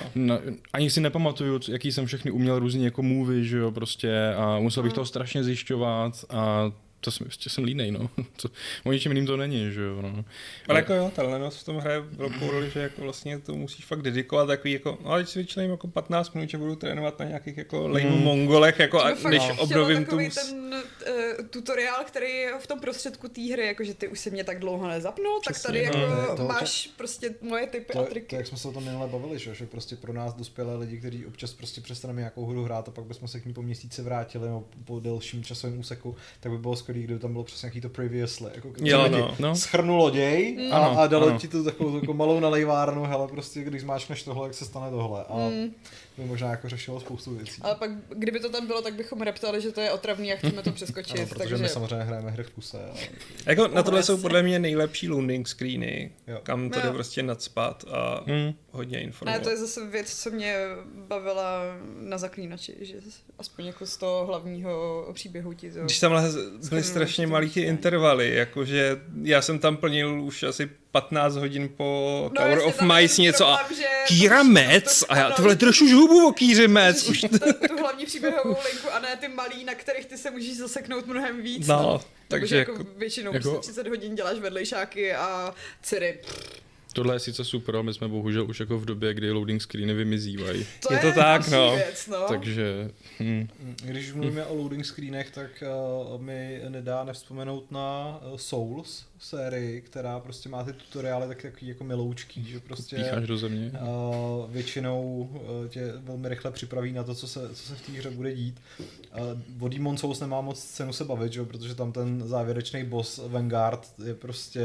Ani si nepamatuju, jaký jsem všechny uměl různý jako movie, že jo, prostě a musel bych toho strašně zjišťovat a to jsem línej, no. O ničem jiným to není, že jo, no. Ale jako jo, ta lenost v tom hraje velkou roli, že jako vlastně to musíš fakt dedikovat takový jako, no ale si vyčlením jako 15 minut, že budu trénovat na nějakých jako lame mongolech, jako a než obnovím tu... ten tutoriál, který je v tom prostředku té hry, jakože ty už se mě tak dlouho nezapnul, tak tady jako máš prostě moje typy a triky. To, jak jsme se o tom minule bavili, že prostě pro nás dospělé lidi, kteří občas prostě přestaneme nějakou hru hrát a pak bychom se k ní po měsíci vrátili nebo po delším časovém úseku, tak by bylo skvělý, kdyby tam bylo přesně nějaký to previously, jako schrnulo děj a dalo ti to takovou jako malou nalejvárnu, hele, prostě když zmáčkneš tohle, jak se stane tohle a by možná jako řešilo spoustu věcí. Ale pak, kdyby to tam bylo, tak bychom reptali, že to je otravný a chceme to přeskočit. Ano, protože my samozřejmě hrajeme hry v kuse. Jako na tohle jsou podle mě nejlepší loading screeny, kam to jde prostě nadspat a hodně informovat. Ne, to je zase věc, co mě bavila na Zaklínači, že aspoň jako z toho hlavního příběhu ti to... Když tam byly strašně malý ty intervaly, jakože já jsem tam plnil už asi 15 hodin po Tower of Mice něco a Kýra Mec a já tohle trošku už hubu o Kýře Mec. Už tu hlavní příběhovou linku a ne ty malý, na kterých ty se můžeš zaseknout mnohem víc. No, takže jako většinou jako... 30 hodin děláš vedlejšáky a ciry. Tohle je sice super, ale my jsme bohužel už jako v době, kdy loading screeny vymizívají. Je to tak, no. Věc, no. Takže... Když mluvíme o loading screenech, tak mi nedá nevzpomenout na Souls sérii, která prostě má ty tutoriály takový jako miloučký, že prostě pícháš do země. Většinou tě velmi rychle připraví na to, co se v té hře bude dít. O Demon Souls nemá moc cenu se bavit, že? Protože tam ten závěrečný boss Vanguard je prostě...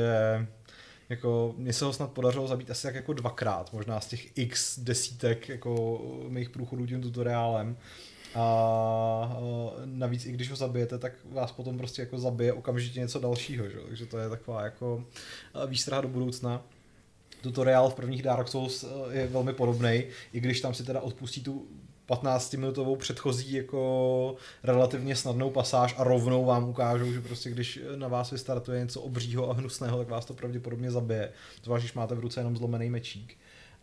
Jako, mně se ho snad podařilo zabít asi tak jako 2krát, možná z těch x desítek jako mých průchodů tím tutoriálem. A navíc i když ho zabijete, tak vás potom prostě jako zabije okamžitě něco dalšího, že? Takže to je taková jako výstraha do budoucna. Tutoriál v prvních Dark Souls je velmi podobný, i když tam si teda odpustí tu 15-minutovou předchozí jako relativně snadnou pasáž a rovnou vám ukážou, že prostě když na vás vystartuje něco obřího a hnusného, tak vás to pravděpodobně zabije. Zvlášť, když máte v ruce jenom zlomený mečík.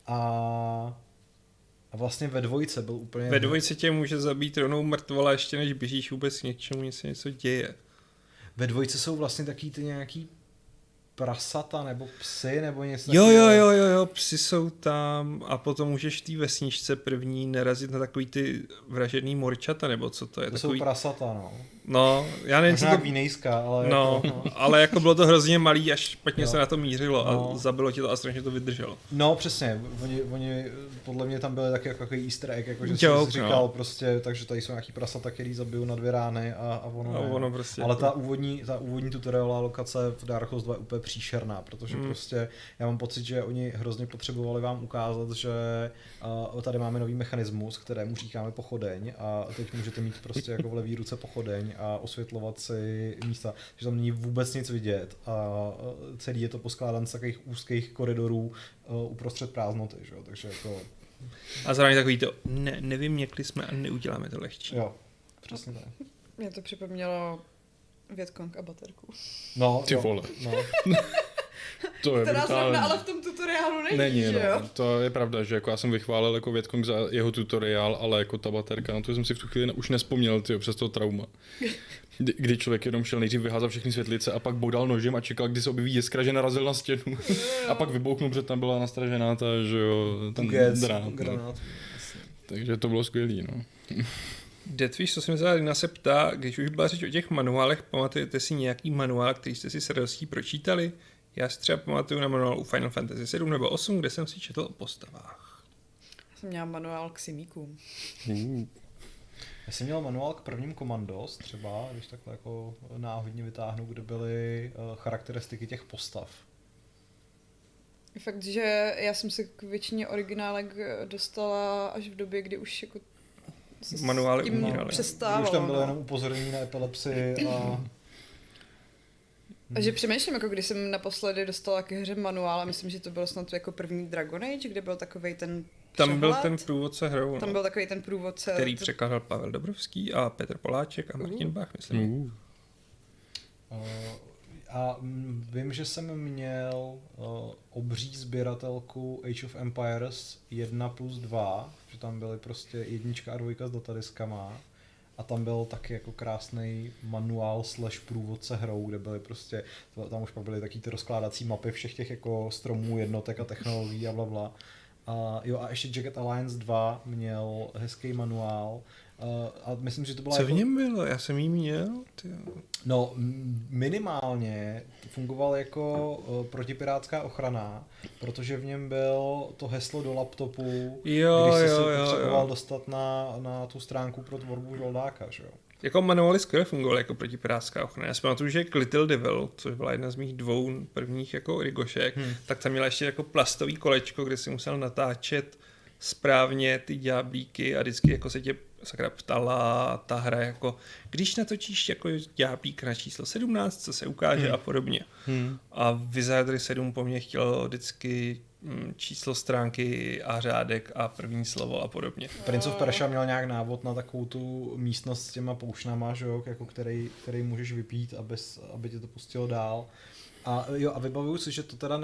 A vlastně ve dvojce byl úplně... Ve dvojce tě může zabít rovnou mrtvola ještě než běžíš vůbec k něčemu, něco děje. Ve dvojce jsou vlastně taky ty nějaký prasata nebo psy nebo něco Jo, psy jsou tam a potom můžeš v té vesničce první narazit na takový ty vražedný morčata nebo co to je. To takový... jsou prasata, no. No, já nevím, možná Gvinejská, ale... No, jako, ale jako bylo to hrozně malý, až špatně se na to mířilo a zabilo ti to a strašně to vydrželo. No, přesně, oni podle mě tam byly taky jako easter egg, jako že jsi říkal prostě, takže tady jsou nějaký prasata, který zabijou na 2 rány a ono prostě ale ta úvodní tutorialová lokace v Dark Souls 2 je úplně příšerná, protože prostě já mám pocit, že oni hrozně potřebovali vám ukázat, že tady máme nový mechanismus, kterému říkáme pochodeň a teď můžete mít prostě jako v levý ruce pochodeň a osvětlovat si místa, že tam není vůbec nic vidět a celý je to poskládan z takových úzkých koridorů uprostřed prázdnoty, že? Takže jako... A zároveň takový to, nevyměkli jsme a neuděláme to lehčí. Jo, přesně tak. Mě to připomnělo Vietkong a baterku. No, Ty vole. No. To je Která brutální. zrovna ale v tom tutoriálu není, Není, že jo? no. To je pravda, že jako já jsem vychválil jako Vietkong za jeho tutoriál, ale jako ta baterka, no to jsem si v tu chvíli už nespomněl, tyjo, přes to trauma. Kdy člověk jenom šel nejdřív vyházat všechny světlice a pak boudal nožem a čekal, kdy se objeví jiskra, že narazil na stěnu. A pak vybouchnul, protože tam byla nastražená ta, že jo, ten drát. No. Takže to bylo skvělý, no. Deathwish, co jsem vzal, Lina se ptá, když už byla řeč o těch manuálech, pamatujete si nějaký manuál, který jste si s radostí pročítali? Já si třeba pamatuju na manuál u Final Fantasy 7 nebo 8, kde jsem si četl o postavách. Já jsem měla manuál k simíkům. Já jsem měl manuál k prvním Commandos, třeba, když takhle jako náhodně vytáhnu, kde byly charakteristiky těch postav. Fakt, že já jsem se k většině originálek dostala až v době, kdy už jako manuály tím umíraly. přestávalo. Už tam bylo no. jenom upozornění na epilepsii a... A že přemýšlím, jako když jsem naposledy dostala k hře manuál, a myslím, že to bylo snad jako první Dragon Age, kde byl takovej ten Tam byl přehled. ten průvodce hrou, Tam no, byl takový ten průvodce. který překládal Pavel Dobrovský a Petr Poláček a Martin Bach, myslím. A vím, že jsem měl obří sběratelku Age of Empires 1+2, že tam byly prostě 1 a 2 s datadiskama. A tam byl taky jako krásný manuál / průvodce hrou, kde byly prostě, tam už pak byly taky ty rozkládací mapy všech těch jako stromů, jednotek a technologií a blablabla. A jo, a ještě Jagged Alliance 2 měl hezký manuál. A myslím, že to byla Co jako... v něm bylo? Já jsem jí měl. Tyjo. No, minimálně fungoval jako protipirátská ochrana, protože v něm bylo to heslo do laptopu, když se potřeboval dostat na tu stránku pro tvorbu žoldáka, že jo. Jako manuály skvěle fungovaly jako protipirátská ochrana. Já si pamatuju, že k Little Devil, což byla jedna z mých 2 prvních jako origošek, tak tam měla ještě jako plastový kolečko, kde si musel natáčet správně ty ďáblíky a vždycky jako se tě sakra ptala ta hra jako, když natočíš jako ďáblík na číslo 17, co se ukáže a podobně. A Wizardry 7 po mně chtělo vždycky číslo stránky a řádek a první slovo a podobně. Prince of Persia měl nějak návod na takovou tu místnost s těma poušnama, že jo, jako který můžeš vypít, aby tě to pustilo dál. A jo, a vybavuju si, že to teda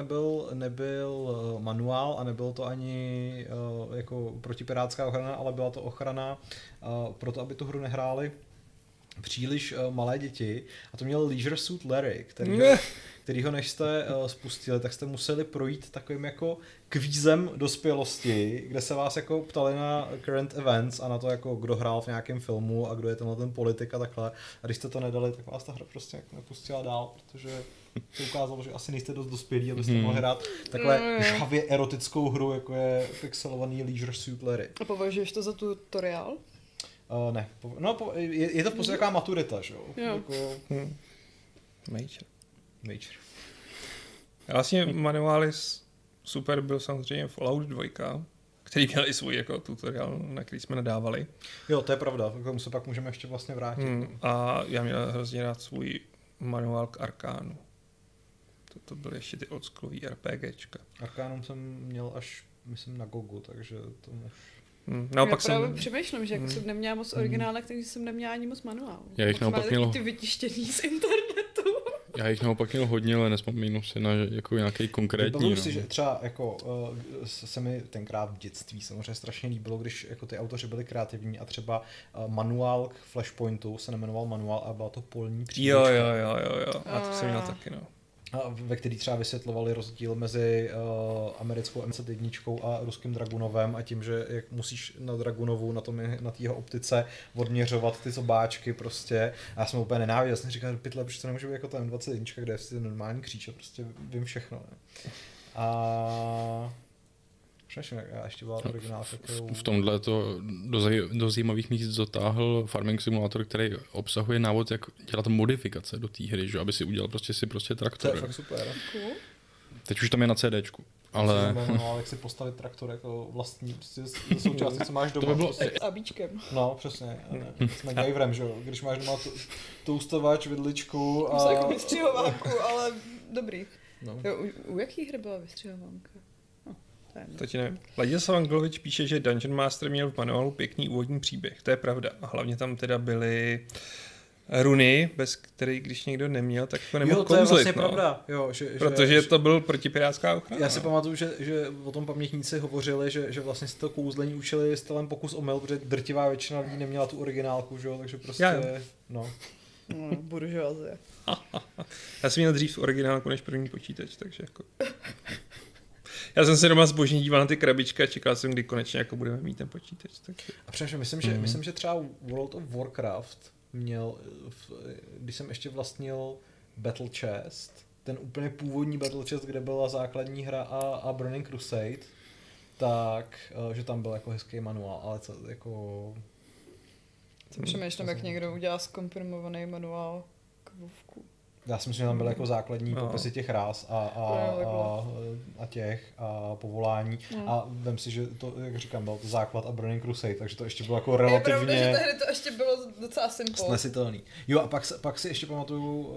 nebyl manuál a nebylo to ani jako protipirátská ochrana, ale byla to ochrana proto, aby tu hru nehráli příliš malé děti. A to měl Leisure Suit Larry, kterýho než jste spustili, tak jste museli projít takovým jako kvízem dospělosti, kde se vás jako ptali na current events a na to, jako kdo hrál v nějakém filmu a kdo je ten politik a takhle. A když jste to nedali, tak vás ta hra prostě jako nepustila dál, protože se ukázalo, že asi nejste dost dospělí, abyste mohli hrát takhle žhavě erotickou hru, jako je pixelovaný Leisure Suit Larry. A považuješ to za tutoriál? Ne. Je to v podstatě taková maturita, že jo? Jako... Major. A vlastně manuály super byl samozřejmě Fallout 2, který měl i svůj jako tutoriál, na který jsme nadávali. Jo, to je pravda, k tomu se pak můžeme ještě vlastně vrátit. A já měl hrozně rád svůj manuál k Arkánu. To byly ještě ty oldschoolový RPGčka. Arkánum jsem měl až, myslím, na Gogu, takže to už... Já právě přemýšlím, že jako jsem neměla moc originálek, takže jsem neměla ani moc manuál. Já jich naopak měl... ty vytištěný z internetu. Já jich naopak měl hodně, ale nevzpomínu si na jako nějaký konkrétní. Si, že třeba jako se mi tenkrát v dětství samozřejmě strašně líbilo, když jako ty autoři byli kreativní a třeba manuál k Flashpointu se nemenoval manuál a byla to polní příručka. Jo. A to jsem měl taky, no. Ve který třeba vysvětlovali rozdíl mezi americkou MC1 a ruským Dragunovem a tím, že jak musíš na Dragunovu, na té jeho optice odměřovat ty zobáčky prostě. A já jsem úplně nenáviděl, jsem říkal, pytle, protože to nemůže být jako ta M21, kde je ten normální kříč a prostě vím všechno. Ne? A... Přemýšlím, já ještě byla originál takovou... V tomhle to do zajímavých míst dotáhl Farming Simulator, který obsahuje návod, jak dělat modifikace do té hry, že? Aby si udělal prostě traktor. To je fakt super. Cool. Teď už tam je na CDčku. Ale... Jak si postavit traktor jako vlastní, prostě ze součástky, co máš doma. To by bylo... prostě. A bíčkem. No, přesně. S MacGyverem, že jo. Když máš doma toustovač, vidličku a... Musel jako vystřihovánku, ale dobrý. No. Jo, u jaký hry byla vystřihovánka? To ti nevím. Ladislav Anglovič píše, že Dungeon Master měl v manuálu pěkný úvodní příběh. To je pravda. A hlavně tam teda byly runy, bez který, když někdo neměl, tak to nemohl kouzlit. Jo, to je vlastně pravda. Jo, protože to byl protipirátská ochrana. Já si pamatuju, že o tom pamětníci hovořili, že vlastně si to kouzlení učili stylem pokus omyl, protože drtivá většina lidí neměla tu originálku, že jo, takže prostě, buržoazie. Já jsem měl dřív originálku než první počítač, takže jako... Já jsem se doma zbožně díval na ty krabičky a čekal jsem, kdy konečně jako budeme mít ten počítač. Takže... A přemýšlím, myslím, že třeba World of Warcraft měl, když jsem ještě vlastnil Battle Chest, ten úplně původní Battle Chest, kde byla základní hra a Burning Crusade, tak, že tam byl jako hezký manuál, ale co, jako... Přemýšlím, jak někdo udělá zkomprimovaný manuál k WoWku. Já si myslím, že tam byly jako základní popisy těch ráz a těch a povolání. A vem si, že to, jak říkám, byl to základ a Burning Crusade, takže to ještě bylo jako relativně... Je pravda, že tehdy to ještě bylo docela simple. Snesitelný. Jo, a pak si ještě pamatuju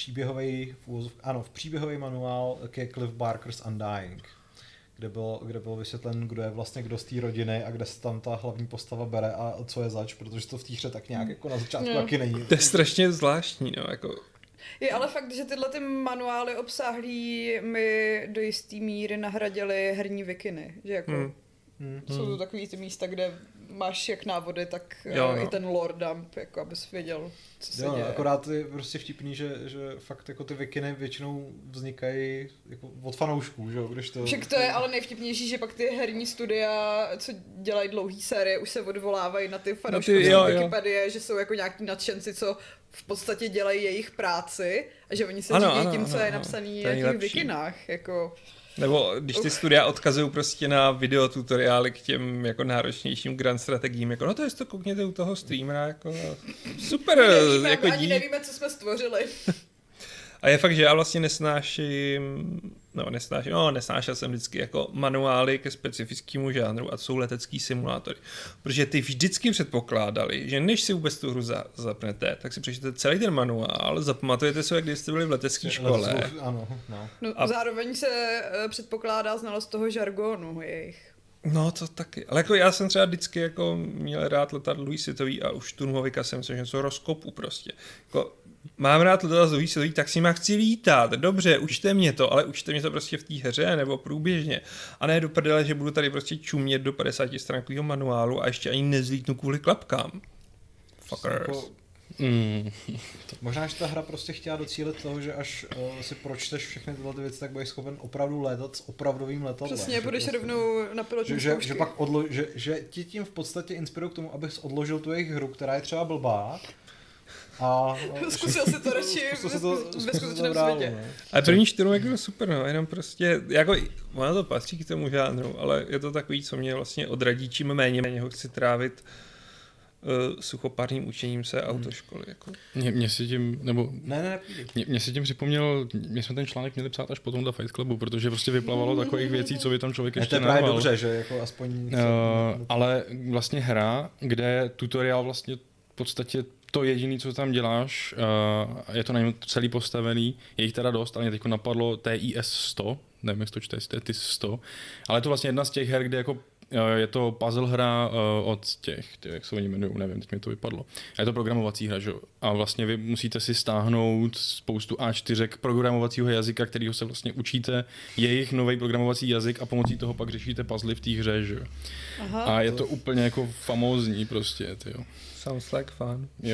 příběhový manuál ke Cliff Barker's Undying, kde byl vysvětlen, kdo je vlastně kdo z té rodiny a kde se tam ta hlavní postava bere a co je zač, protože to v té hře tak nějak jako na začátku taky není. To je strašně zvláštní, no, jako... Je ale fakt, že tyhle ty manuály obsáhlý mi do jistý míry nahradily herní wikiny, že jako jsou to takový ty místa, kde máš jak návody, tak i ten lore dump, jako abys věděl, co se děje. Akorát je prostě vtipný, že fakt jako ty wikiny většinou vznikají jako od fanoušků, že jo, když to... Však to je ale nejvtipnější, že pak ty herní studia, co dělají dlouhý série, už se odvolávají na ty fanoušky z Wikipedie, že jsou jako nějaký nadšenci, co v podstatě dělají jejich práci a že oni se řídí tím, co je napsaný na těch wikinách, jako... Nebo když ty studia odkazují prostě na videotutoriály k těm jako náročnějším grand strategiím, jako no to jestli to koukněte u toho streamera, jako super. Nevíme, jako ani nevíme, co jsme stvořili. A je fakt, že já vlastně nesnášel jsem vždycky jako manuály ke specifickému žánru a to jsou letecký simulátory. Protože ty vždycky předpokládali, že než si vůbec tu hru zapnete, tak si přečtete celý ten manuál, zapamatujete se, jak když jste byli v letecké škole. A zároveň se předpokládá znalost toho žargonu jejich. No to taky, ale jako já jsem třeba vždycky jako měl rád letat druhý světový a už Tunhovika jsem se něco rozkopu prostě. Jako, mám rád letat z druhý světový, tak s nima chci lítat, dobře, učte mě to, ale učte mě to prostě v té hře nebo průběžně. A ne do prdele, že budu tady prostě čumět do 50 stránkového manuálu a ještě ani nezlítnu kvůli klapkám. Fuckers. Možná, že ta hra prostě chtěla docílit toho, že až si pročteš všechny tyhle věci, tak budeš schopen opravdu létat s opravdovým letadlem. Přesně, budeš prostě rovnou na pilotní zkoušky. Že pak že ti tím v podstatě inspirují k tomu, abys odložil tu jejich hru, která je třeba blbá. A zkusil si to radši ve skutečném světě. A první 4 je super, no, jenom prostě, jako, ono to patří k tomu žánru, ale je to takový, co mě vlastně odradí, čím méně ho chci trávit suchopárným učením se autoškoly. Jako. Mě si tím, nebo... Mě si tím připomněl, my jsme ten článek měli psát až po tomhle Fight Clubu, protože prostě vyplavalo takových věcí, co by tam člověk ještě nával. To je právě dobře, že jako aspoň... Ale vlastně hra, kde tutoriál vlastně v podstatě to jediné, co tam děláš, je to na něm celý postavený, je jich teda dost, ale mě teď napadlo TIS 100, nevím, jak to čte, TIS 100, ale je to vlastně jedna z těch her, kde jako je to puzzle hra od těch, jak se oni jmenují, nevím, teď mi to vypadlo. A je to programovací hra, že? A vlastně vy musíte si stáhnout spoustu A4 programovacího jazyka, kterýho se vlastně učíte, jejich nový programovací jazyk a pomocí toho pak řešíte puzzle v té hře, že? Aha. A je to úplně jako famózní prostě, tyjo. Sounds like fun. Jo.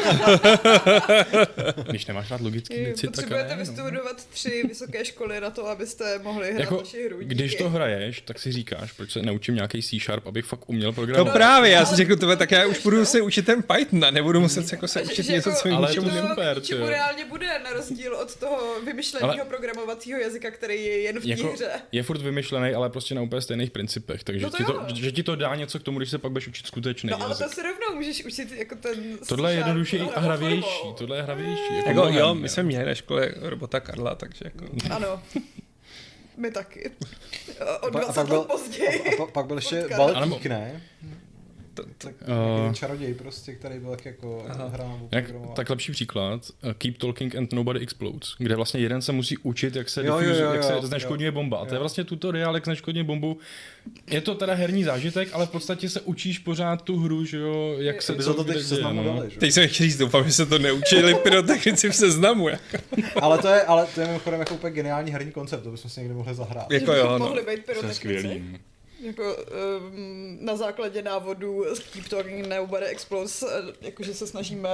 Když nemáš rád logický věci, tak potřebujete vystudovat 3 vysoké školy na to, abyste mohli hrát jako, vaši hru. Když to hraješ, tak si říkáš, proč se neučím nějaký C#, abych fakt uměl programovat. No právě, já si řekl tebe, tak já už budu se učit ten Python a nebudu muset jako se učit něco, co mi ničemu super. Čemu reálně bude, na rozdíl od toho vymyšleného programovacího jazyka, který je jen v té hře. Je furt vymyšlený, ale prostě na úplně stejných principech, takže že ti to dá něco k tomu, když se pak budeš učit skutečný jazyk. Ale to se rovnou můžeš učit jako ten... Tohle je jednodušší a hravější. Tohle je hravější. Jako jo, my jsme měli na škole robota Karla, takže jako... Ano. My taky. O 20 let později. A pak byl ještě Baltík, ne? čaroděj prostě, který byl tak jako hrál. Tak lepší příklad, Keep Talking and Nobody Explodes, kde vlastně jeden se musí učit, jak se zneškodňuje bomba. A to je vlastně tutoriál, jak zneškodňuje bombu. Je to teda herní zážitek, ale v podstatě se učíš pořád tu hru, že jo, jak se to teď v seznamu dali, že? Teď jsem chtěl říct, doufám, že se to neučili pyrotechnici v seznamu. ale to je mimochodem jako úplně geniální herní koncept, to bychom si někdy mohli zahrát. Jako jo, mohli být pyrotechnici. Jako na základě návodů Keep Talking Nobody Explodes, jakože se snažíme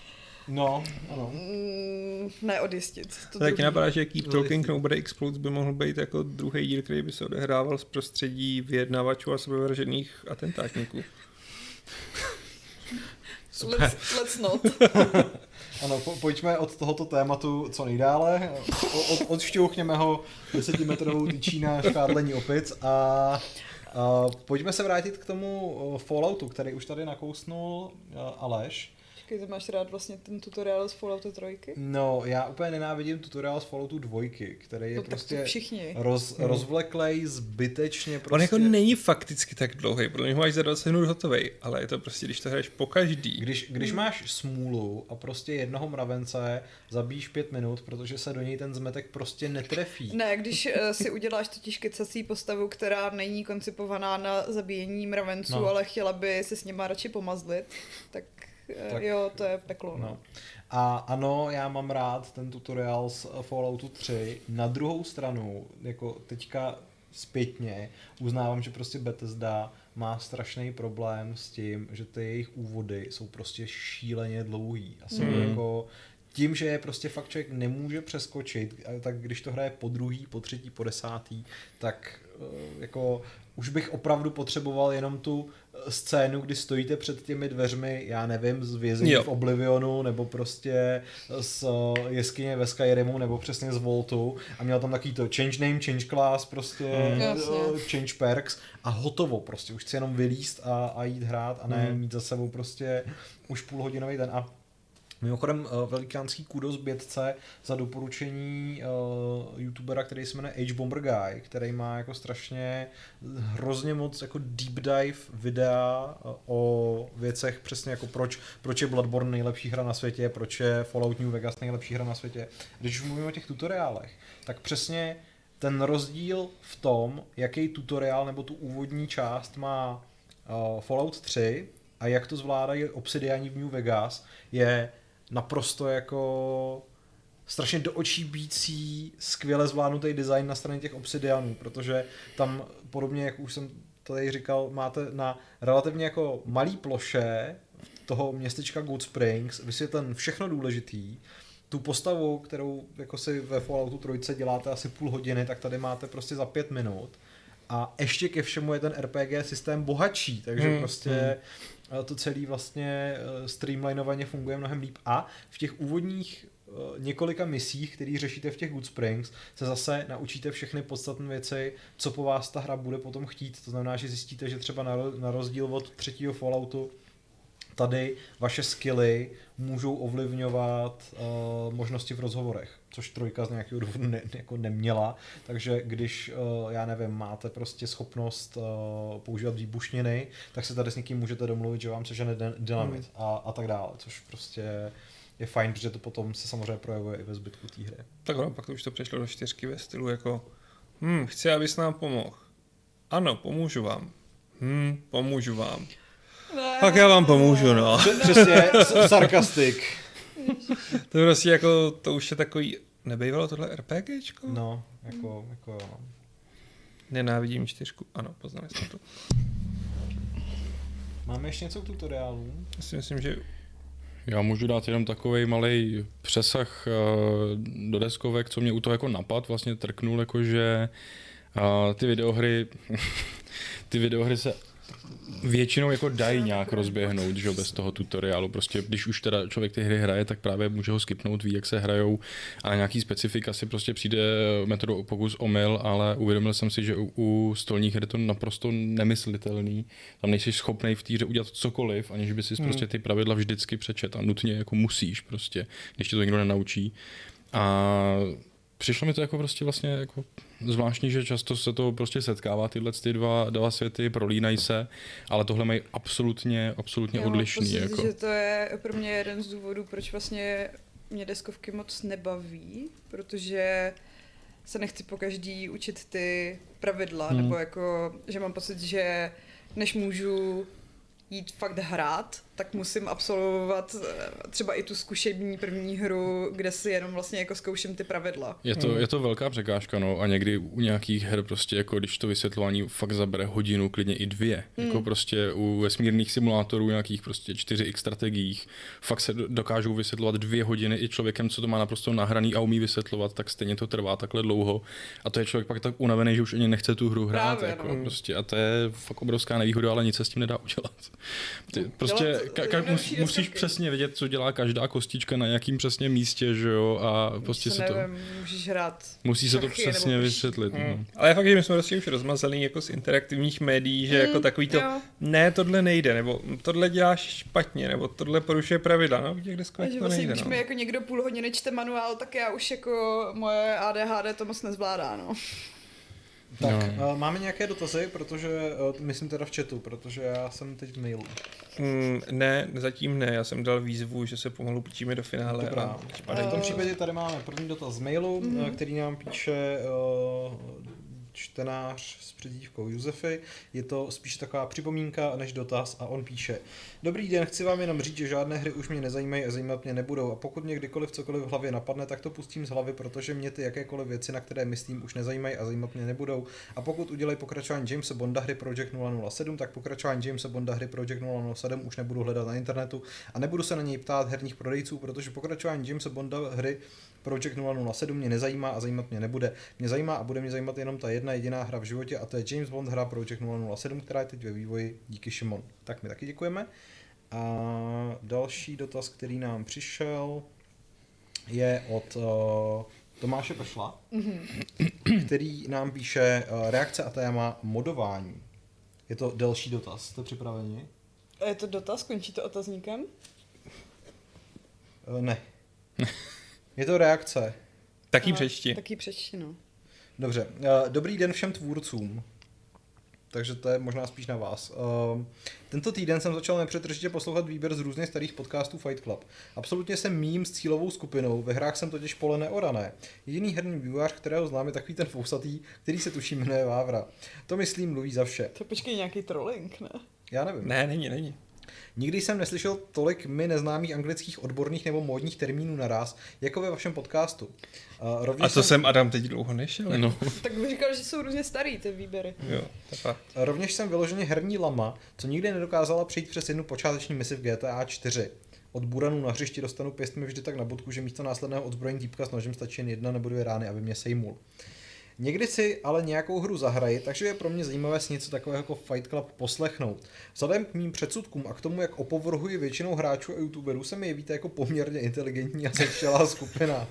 neodjistit. Tak napadá, že Keep Talking Nobody Explodes by mohl být jako druhý díl, který by se odehrával z prostředí vyjednavačů a sebevražedných atentátníků. Let's not. Ano, pojďme od tohoto tématu co nejdále. Odšťouchněme ho 10metrovou tyčí na škádlení opic a pojďme se vrátit k tomu Falloutu, který už tady nakousnul Aleš. Ty máš rád vlastně ten tutoriál z Falloutu 3? No, já úplně nenávidím tutoriál z Falloutu 2, který je prostě rozvleklej, zbytečně prostě. On jako není fakticky tak dlouhý, protože ho máš za 20 minut hotovej, ale je to prostě, když to hraješ pokaždý. Když máš smůlu a prostě jednoho mravence zabíš 5 minut, protože se do něj ten zmetek prostě netrefí. Ne, když si uděláš totiž kecací postavu, která není koncipovaná na zabíjení mravenců, ale chtěla by se s nima radši pomazlit, tak jo, to je peklo. No. A ano, já mám rád ten tutoriál z Falloutu 3. Na druhou stranu, jako teďka zpětně, uznávám, že prostě Bethesda má strašný problém s tím, že ty jejich úvody jsou prostě šíleně dlouhý. A jsou jako tím, že je prostě fakt člověk nemůže přeskočit, tak když to hraje po druhý, po třetí, po desátý, tak jako už bych opravdu potřeboval jenom tu scénu, kdy stojíte před těmi dveřmi, já nevím, z vězení v Oblivionu, nebo prostě z jeskyně ve Skyrimu, nebo přesně z Voltu a měl tam takový to change name, change class, prostě change perks a hotovo prostě, už chci jenom vylíst a jít hrát a ne mít za sebou prostě už půlhodinový den a mimochodem velikánský kudos Bětce za doporučení youtubera, který se jmenuje H-Bomber Guy, který má jako strašně hrozně moc jako deep dive videa o věcech přesně jako proč je Bloodborne nejlepší hra na světě, proč je Fallout New Vegas nejlepší hra na světě. Když už mluvíme o těch tutoriálech, tak přesně ten rozdíl v tom, jaký tutoriál nebo tu úvodní část má Fallout 3 a jak to zvládají Obsidiani v New Vegas, je naprosto jako strašně do očí bící, skvěle zvládnutý design na straně těch Obsidianů, protože tam podobně, jak už jsem tady říkal, máte na relativně jako malý ploše toho městečka Good Springs vysvětlen všechno důležitý. Tu postavu, kterou jako si ve Falloutu 3 děláte asi půl hodiny, tak tady máte prostě za 5 minut. A ještě ke všemu je ten RPG systém bohatší, takže prostě to celé vlastně streamlinovaně funguje mnohem líp. A v těch úvodních několika misích, které řešíte v těch Good Springs, se zase naučíte všechny podstatné věci, co po vás ta hra bude potom chtít. To znamená, že zjistíte, že třeba na rozdíl od třetího Falloutu tady vaše skilly můžou ovlivňovat možnosti v rozhovorech, což trojka z nějakého důvodu jako neměla, takže když, já nevím, máte prostě schopnost používat výbušniny, tak se tady s někým můžete domluvit, že vám sežene dynamit a tak dále, což prostě je fajn, protože to potom se samozřejmě projevuje i ve zbytku té hry. Tak no, pak to už to přešlo do 4 ve stylu jako chci, abys nám pomohl. Ano, pomůžu vám. Pomůžu vám. Tak já vám pomůžu, no. Přesně, sarkastik. To prostě jako, to už je takový, nebejvalo tohle RPGčko? No, jako jo. Nenávidím 4, ano, poznali jsme to. Máme ještě něco k tutoriálu? Já si myslím, že... Já můžu dát jenom takovej malej přesah do deskovek, co mě u toho jako napad, vlastně trknul, jakože ty videohry se většinou jako dají nějak rozběhnout, že bez toho tutoriálu. Prostě když už teda člověk ty hry hraje, tak právě může ho skipnout, ví, jak se hrajou a nějaký specifika si prostě přijde metodou pokus omyl, ale uvědomil jsem si, že u stolních her je to naprosto nemyslitelný. Tam nejsi schopnej v té hře udělat cokoliv, aniž by si prostě ty pravidla vždycky přečet a nutně jako musíš prostě, když ti to někdo nenaučí. A Přišlo mi to jako prostě vlastně jako zvláštní, že často se to prostě setkává, tyhle ty dva světy, prolínají se, ale tohle mají absolutně odlišný. Já mám pocit, že to je pro mě jeden z důvodů, proč vlastně mě deskovky moc nebaví, protože se nechci pokaždý učit ty pravidla, nebo jako, že mám pocit, že než můžu jít fakt hrát, tak musím absolvovat třeba i tu zkušební první hru, kde si jenom vlastně jako zkouším ty pravidla. Je to velká překážka, no, a někdy u nějakých her prostě jako když to vysvětlování fakt zabere hodinu, klidně i 2. Jako prostě u vesmírných simulátorů nějakých prostě 4x strategiích fakt se dokážou vysvětlovat 2 hodiny i člověkem, co to má naprosto nahraný a umí vysvětlovat, tak stejně to trvá takhle dlouho. A to je člověk pak tak unavený, že už ani nechce tu hru hrát. Právě, jako, prostě, a to je fakt obrovská nevýhoda, ale nic se s tím nedá udělat. Prostě musíš přesně vědět, co dělá každá kostička na jakým přesně místě, že jo, a prostě se to... Můžeš hrát musí se to přesně vysvětlit. No. Ale fakt, že my jsme prostě už rozmazali jako z interaktivních médií, že jako takový to, ne, tohle nejde, nebo tohle děláš špatně, nebo tohle porušuje pravidla, no, těch deskovek to vlastně, nejde, když mi jako někdo půl hodiny čte manuál, tak já už jako moje ADHD to moc nezvládá, no. Tak, máme nějaké dotazy, protože, myslím teda v chatu, protože já jsem teď v mailu. Ne, zatím ne, já jsem dal výzvu, že se pomalu půjčíme do finále. Dobrá. V tom případě tady máme první dotaz z mailu, který nám píše čtenář s přezdívkou Josefy. Je to spíš taková připomínka než dotaz a on píše: Dobrý den, chci vám jenom říct, že žádné hry už mě nezajímají a zajímat mě nebudou a pokud mě kdykoliv cokoliv v hlavě napadne, tak to pustím z hlavy, protože mě ty jakékoliv věci, na které myslím, už nezajímají a zajímat mě nebudou. A pokud udělají pokračování Jamesa Bonda hry Project 007, tak pokračování Jamesa Bonda hry Project 007 už nebudu hledat na internetu a nebudu se na něj ptát herních prodejců, protože pokračování Jamesa Bonda hry Project 007 mě nezajímá a zajímat mě nebude. Mě zajímá a bude mě zajímat jenom ta jedna jediná hra v životě a to je James Bond hra Project 007, která je teď ve vývoji. Díky, Šimon. Tak my taky děkujeme. A další dotaz, který nám přišel, je od Tomáše Pešla, který nám píše reakce a téma modování. Je to delší dotaz. Jste připraveni? A je to dotaz? Končí to otazníkem? Ne. Je to reakce. Taky přečti. Taky přečti, no. Dobře. Dobrý den všem tvůrcům. Takže to je možná spíš na vás. Tento týden jsem začal nepřetržitě poslouchat výběr z různých starých podcastů Fight Club. Absolutně jsem mým s cílovou skupinou, ve hrách jsem totiž pole neorané. Jediný herní vývojář, kterého znám, je takový ten fousatý, který se tuší jmenuje Vávra. To myslím mluví za vše. To počkej, nějaký trolling, ne? Já nevím. Ne, není. Nikdy jsem neslyšel tolik mi neznámých anglických odborných nebo módních termínů naraz, jako ve vašem podcastu. A to jsem Adam teď dlouho nešel. No. Tak bych říkal, že jsou různě starý ty výběry. Jo, to fakt. Rovněž jsem vyloženě herní lama, co nikdy nedokázala přejít přes jednu počáteční misi v GTA 4. Od buranů na hřišti dostanu pěstmi vždy tak na bodku, že místo následného odzbrojení týpka s nožem stačí jen 1 nebo 2 rány, aby mě sejmul. Někdy si ale nějakou hru zahraji, takže je pro mě zajímavé si něco takového jako Fight Club poslechnout. Vzhledem k mým předsudkům a k tomu, jak opovrhuji většinou hráčů a youtuberů, se mi jevíte jako poměrně inteligentní a zečelá skupina.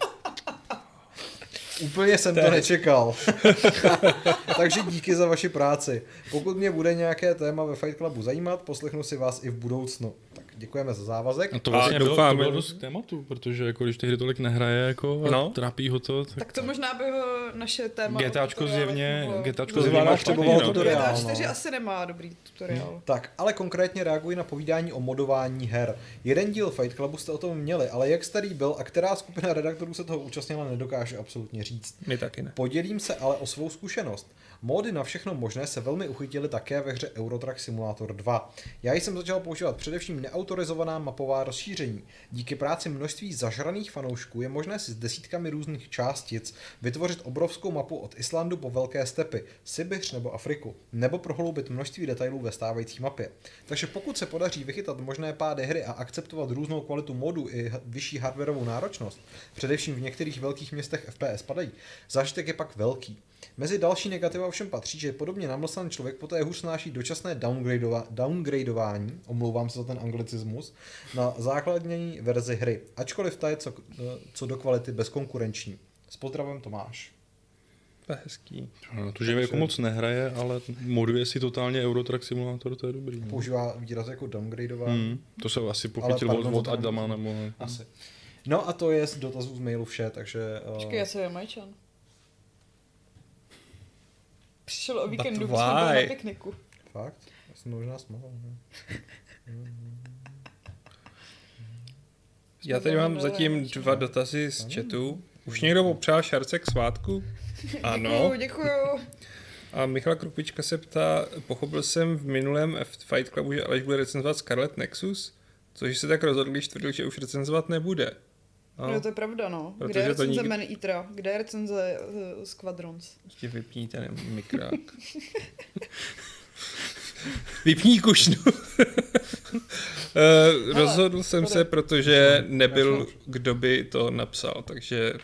Úplně jsem to nečekal. Takže díky za vaši práci. Pokud mě bude nějaké téma ve Fight Clubu zajímat, poslechnu si vás i v budoucnu. Tak děkujeme za závazek. A to vlastně to bylo dost tématu, protože jako když ty hry tolik nehraje jako a trápí ho to. Tak to možná by ho naše téma... GTAčko zjevně potřebovalo tutoriál. GTA 4 asi nemá dobrý tutoriál. Tak, ale konkrétně reaguji na povídání o modování her. Jeden díl Fight Clubu jste o tom měli, ale jak starý byl a která skupina redaktorů se toho účastnila, nedokáže absolutně říct. My taky ne. Podělím se ale o svou zkušenost. Módy na všechno možné se velmi uchytily také ve hře Euro Truck Simulator 2. Já jsem začal používat především neautorizovaná mapová rozšíření. Díky práci množství zažraných fanoušků je možné si s desítkami různých částic vytvořit obrovskou mapu od Islandu po Velké stepy, Sibiř nebo Afriku, nebo prohloubit množství detailů ve stávající mapě. Takže pokud se podaří vychytat možné pády hry a akceptovat různou kvalitu modů i vyšší hardwarovou náročnost, především v některých velkých městech FPS padají, zážitek je pak velký. Mezi další negativa ovšem patří, že podobně namlsaný člověk poté hůř snáší dočasné downgradování, omlouvám se za ten anglicismus, na základní verzi hry, ačkoliv ta je co do kvality bezkonkurenční. S pozdravem Tomáš. To je hezký. No, to, že jako moc nehraje, ale moduje si totálně Euro Truck Simulator, to je dobrý. Používá výraz jako downgradování. To se asi pochytil od Adama nebo... Asi. No a to je z dotazů z mailu vše, takže... Počkej, já jsem Jamajčan. Přišel o víkendu, But když jsme byli why? na pikniku. Fakt? Já jsem možná smohl. Já tady mám zatím 2 dotazy z chatu. Už někdo popřál Šarce k svátku? Ano. Děkuju. A Michal Krupička se ptá, pochopil jsem v minulém Fight Clubu, že Aleš bude recenzovat Scarlet Nexus, což se tak rozhodl, když tvrdil, že už recenzovat nebude. No, to je pravda, no. Protože Kde je to recenze nikdy- Man-Eatera? Kde je recenze Squadrons? Ještě vypní ten mikrák. Vypní kušnu. Rozhodl jsem se, protože nebyl, kdo by to napsal, takže...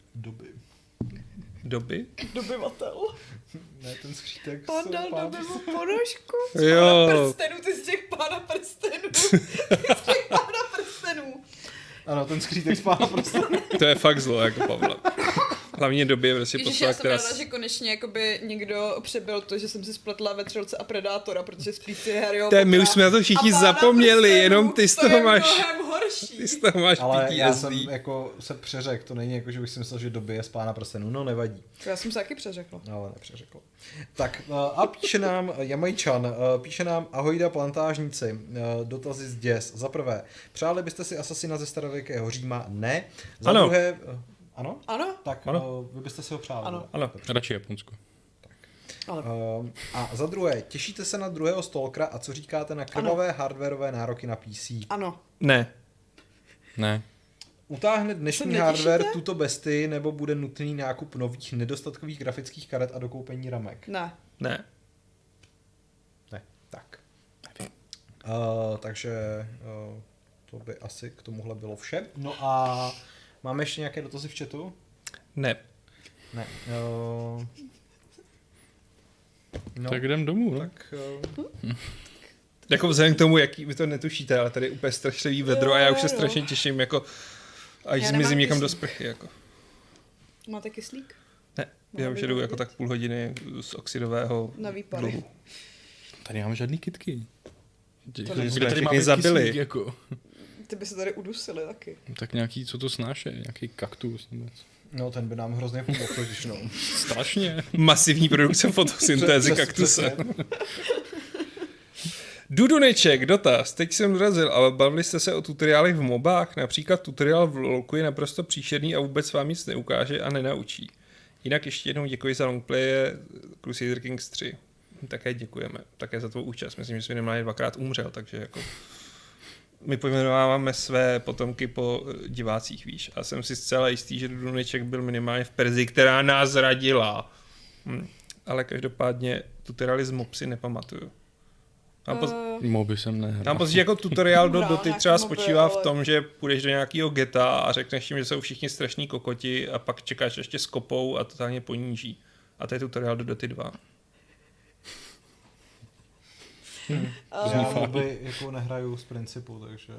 Doby? Dobyvatel. Ne, ten skřítek. Pan dal dobyvu ponožku. Jo. Pána prstenů, ty z těch Pána prstenů. Ty z těch Pána prstenů. Ano, ten skřítek z Pána prstenů. To je fakt zlo, jako Pavla. Hlavně Doby je prostě Ježiš, postava, já jsem která... ráda, že konečně jakoby někdo přebyl to, že jsem si spletla Vetřelce a Predátora, protože spíš si Harryho My Pottera už jsme na to všichni a Pána zapomněli, prstenů, jenom ty z to je toho máš... mnohem horší. Ty z toho máš Ale já jsem PTSD. jako se přeřekl, to není jako, že bych si myslel, že Doby je z Pána prstenů, no nevadí. Já jsem se taky přeřekla. Ale nepřeřekl. Tak a píše nám Jamajčan, píše nám ahojda plantážníci, dotazy z děs. Za prvé, přáli byste si Asasina ze starověkého Říma? Ne. Za Ano. druhé, ano? Ano? Tak Ano. vy byste si ho přáli. Ano. Ano. Radši Japonsko. Ale A za druhé, těšíte se na druhého Stalkera a co říkáte na krvavé hardwareové nároky na PC? ano. Ne. Ne. Utáhne Se dnešní netěšíte? hardware tuto bestii nebo bude nutný nákup nových nedostatkových grafických karet a dokoupení ramek? Ne. Ne. Ne, tak. Takže to by asi k tomuhle bylo vše. No a máme ještě nějaké dotazy v chatu? Ne. Ne. No, Tak jdem domů, no. tak Jako vzhledem k tomu, jaký vy to netušíte, ale tady je úplně strašlivý vedro a já už se Jo. strašně těším, jako až Já zmizím nemám někam do kyslík. sprchy, jako. Máte kyslík? Ne, já Mohla už by jedu to jako vidět? tak půl hodiny z oxidového Na výpary. dluhu. Tady máme žádný kytky. To Kde nevím. Jsme tady všichni máme zabili. kyslík, jako? Ty by se tady udusili taky. Tak nějaký, co to snáše, nějaký kaktus nebo něco. no, ten by nám hrozně pomohl, totiž no. Strašně. Masivní produkce fotosyntézy kaktuse. Duduneček, dotaz. Teď jsem dorazil, ale bavili jste se o tutoriálech v mobách? Například tutoriál v LoLku je naprosto příšerný a vůbec vám nic neukáže a nenaučí. Jinak ještě jednou děkuji za longplaye Crusader Kings 3. Také děkujeme. Také za tvou účast. Myslím, že jsi minimálně 2krát umřel, takže jako... My pojmenováváme své potomky po divácích, víš. A jsem si zcela jistý, že Duduneček byl minimálně v Perzii, která nás zradila. Ale každopádně tutoriály z mob si nepamatuju. Moby jsem nehrál. Mám pocit, že jako tutoriál do Hrál Doty nějaký třeba mobil, spočívá v ale- tom, že půjdeš do nějakého geta a řekneš jim, že jsou všichni strašní kokoti a pak čekáš, že ještě skopou a totálně poníží. A to je tutoriál do Doty 2. Já moby jako nehraju z principu, takže...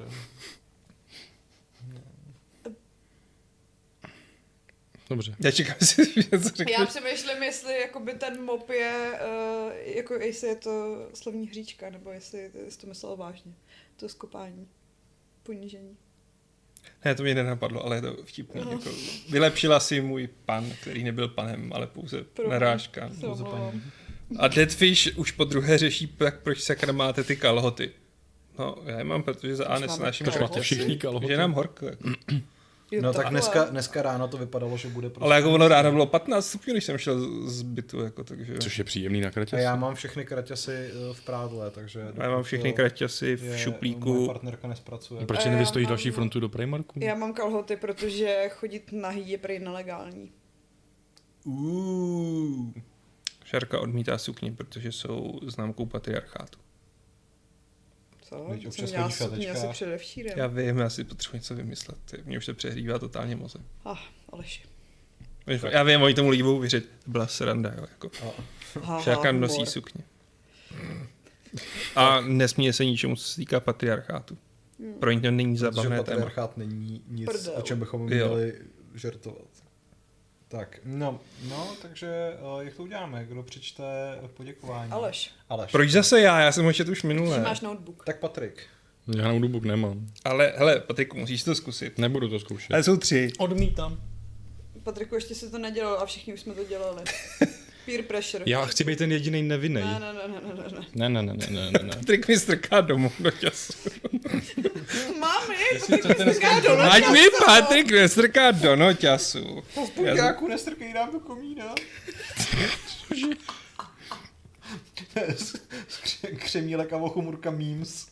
Dobře. Já čekám si, že něco Já řekneš. přemýšlím, jestli jakoby ten mop je, jako jestli je to slovní hříčka, nebo jestli to myslel vážně. To skopání. Ponížení. Ne, to mě nenapadlo, ale je to vtipný. Jako, vylepšila si můj pan, který nebyl panem, ale pouze narážka. Se omlouvám. A Deadfish už po druhé řeší, tak proč sakra máte ty kalhoty. No, já je mám, protože za A Proč nesnáším máme kraťasy. všichni kalhoty? Že je nám horko. Jako. Jo, No tak takhle. dneska ráno to vypadalo, že bude prostě... Ale jako ono ráno bylo 15 stupňů, když jsem šel z bytu, jako, takže... Což je příjemný na A kratěsi. já mám všechny kraťasy v prádle, takže... A já mám všechny kraťasy v Moje šuplíku. partnerka nespracuje. Proč A si já nevystojíš mám- další frontu do Primarku? Já mám kalhoty, protože chodit nahý je prej nelegální. Šárka odmítá sukně, protože jsou známkou patriarchátu. Co? Teď To občas jsem měla chodíš v sukni šatečkách. asi předevčírem. Já vím, já si potřebuji něco vymyslet. Mně už se přehrívá totálně mozek. Aleši. Já vím, oni tomu líbou věřit. To byla sranda, jo, jako. Šárka humor. nosí sukně. A nesmí se ničemu, co se týká patriarchátu. Pro ně to není Protože zabavné téma. patriarchát není nic, Prdel. o čem bychom Jo. měli žertovat. Tak, no, takže jak to uděláme? Kdo přečte poděkování? Aleš. Aleš. Proč zase já? Já jsem ho četl už minule. Máš notebook. Tak Patrik. Já na notebook nemám. Ale hele, Patriku, musíš to zkusit. Nebudu to zkoušet. Ale jsou 3. Odmítám. Patriku, ještě se to nedělalo a všichni už jsme to dělali. Peer pressure. Já chci být ten jediný nevinnej. Ne. Patrik mi strká domů do času. Mami, Jestli Patrik to mi strká do Ať mi Patrik nestrká do noťasu. Spodňáku nestrkej nám do komína. Křemílek a vochomurka memes.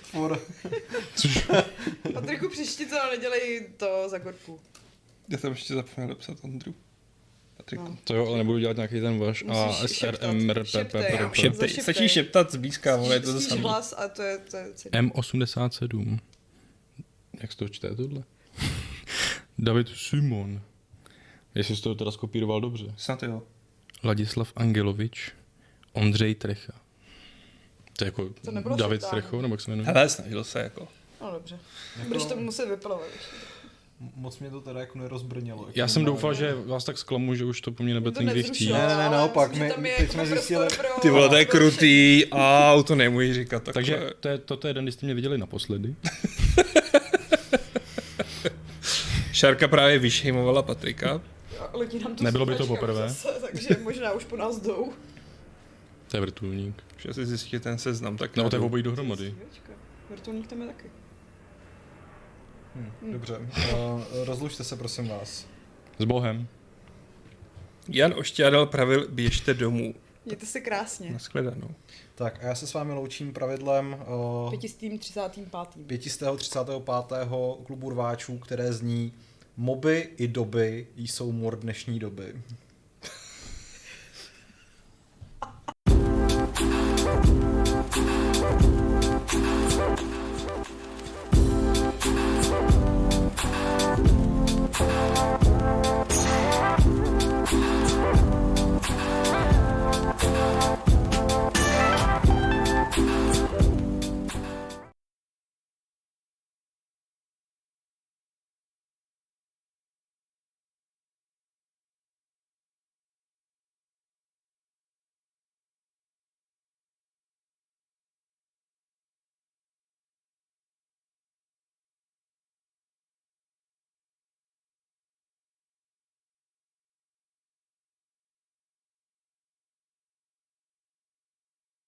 Patriku, příště to nedělej to za korpu. Já jsem ještě zapomněl dopsat Ondru. Patriku. No. To jo, ale nebudu dělat nějaký ten váš Šeptej. Šeptej. Stačí šeptat zblízka, ale je to Stíš samé. hlas a to je M87. Jak se to čte tohle? David Simon. Jestli jsi to teda skopíroval dobře. Snad jo. Ladislav Angelovič. Ondřej Trecha. To je jako To nebylo David šeptání. Trechou, nebo jak se jmenuje? Hele, snažil se jako. No dobře. Budeš to muset vypalovat. Moc mě to teda jako nerozbrnělo. Já jsem doufal, že vás tak zklamu, že už to po mně nebudete nikdy chtít. Ne, naopak, my teď jsme zjistili... Ty vole, to je krutý. To nemůžeš říkat takhle. Takže toto je den, kdy jste mě viděli naposledy. Šárka právě vyšejmovala Patrika. Lidi nám to Nebylo by to smačkali poprvé. zase, takže možná už po nás jdou. To je vrtulník. Už asi zjistit ten seznam, tak... No to je obojí dohromady. Vrtulník tam je taky. Dobře, rozlučte se prosím vás. S Bohem. Jan Ošťádal pravil, běžte domů. Mějte se krásně. Nashledanou. Tak a já se s vámi loučím pravidlem 535. 535. klubu rváčů, které zní: moby i doby jsou mor dnešní doby.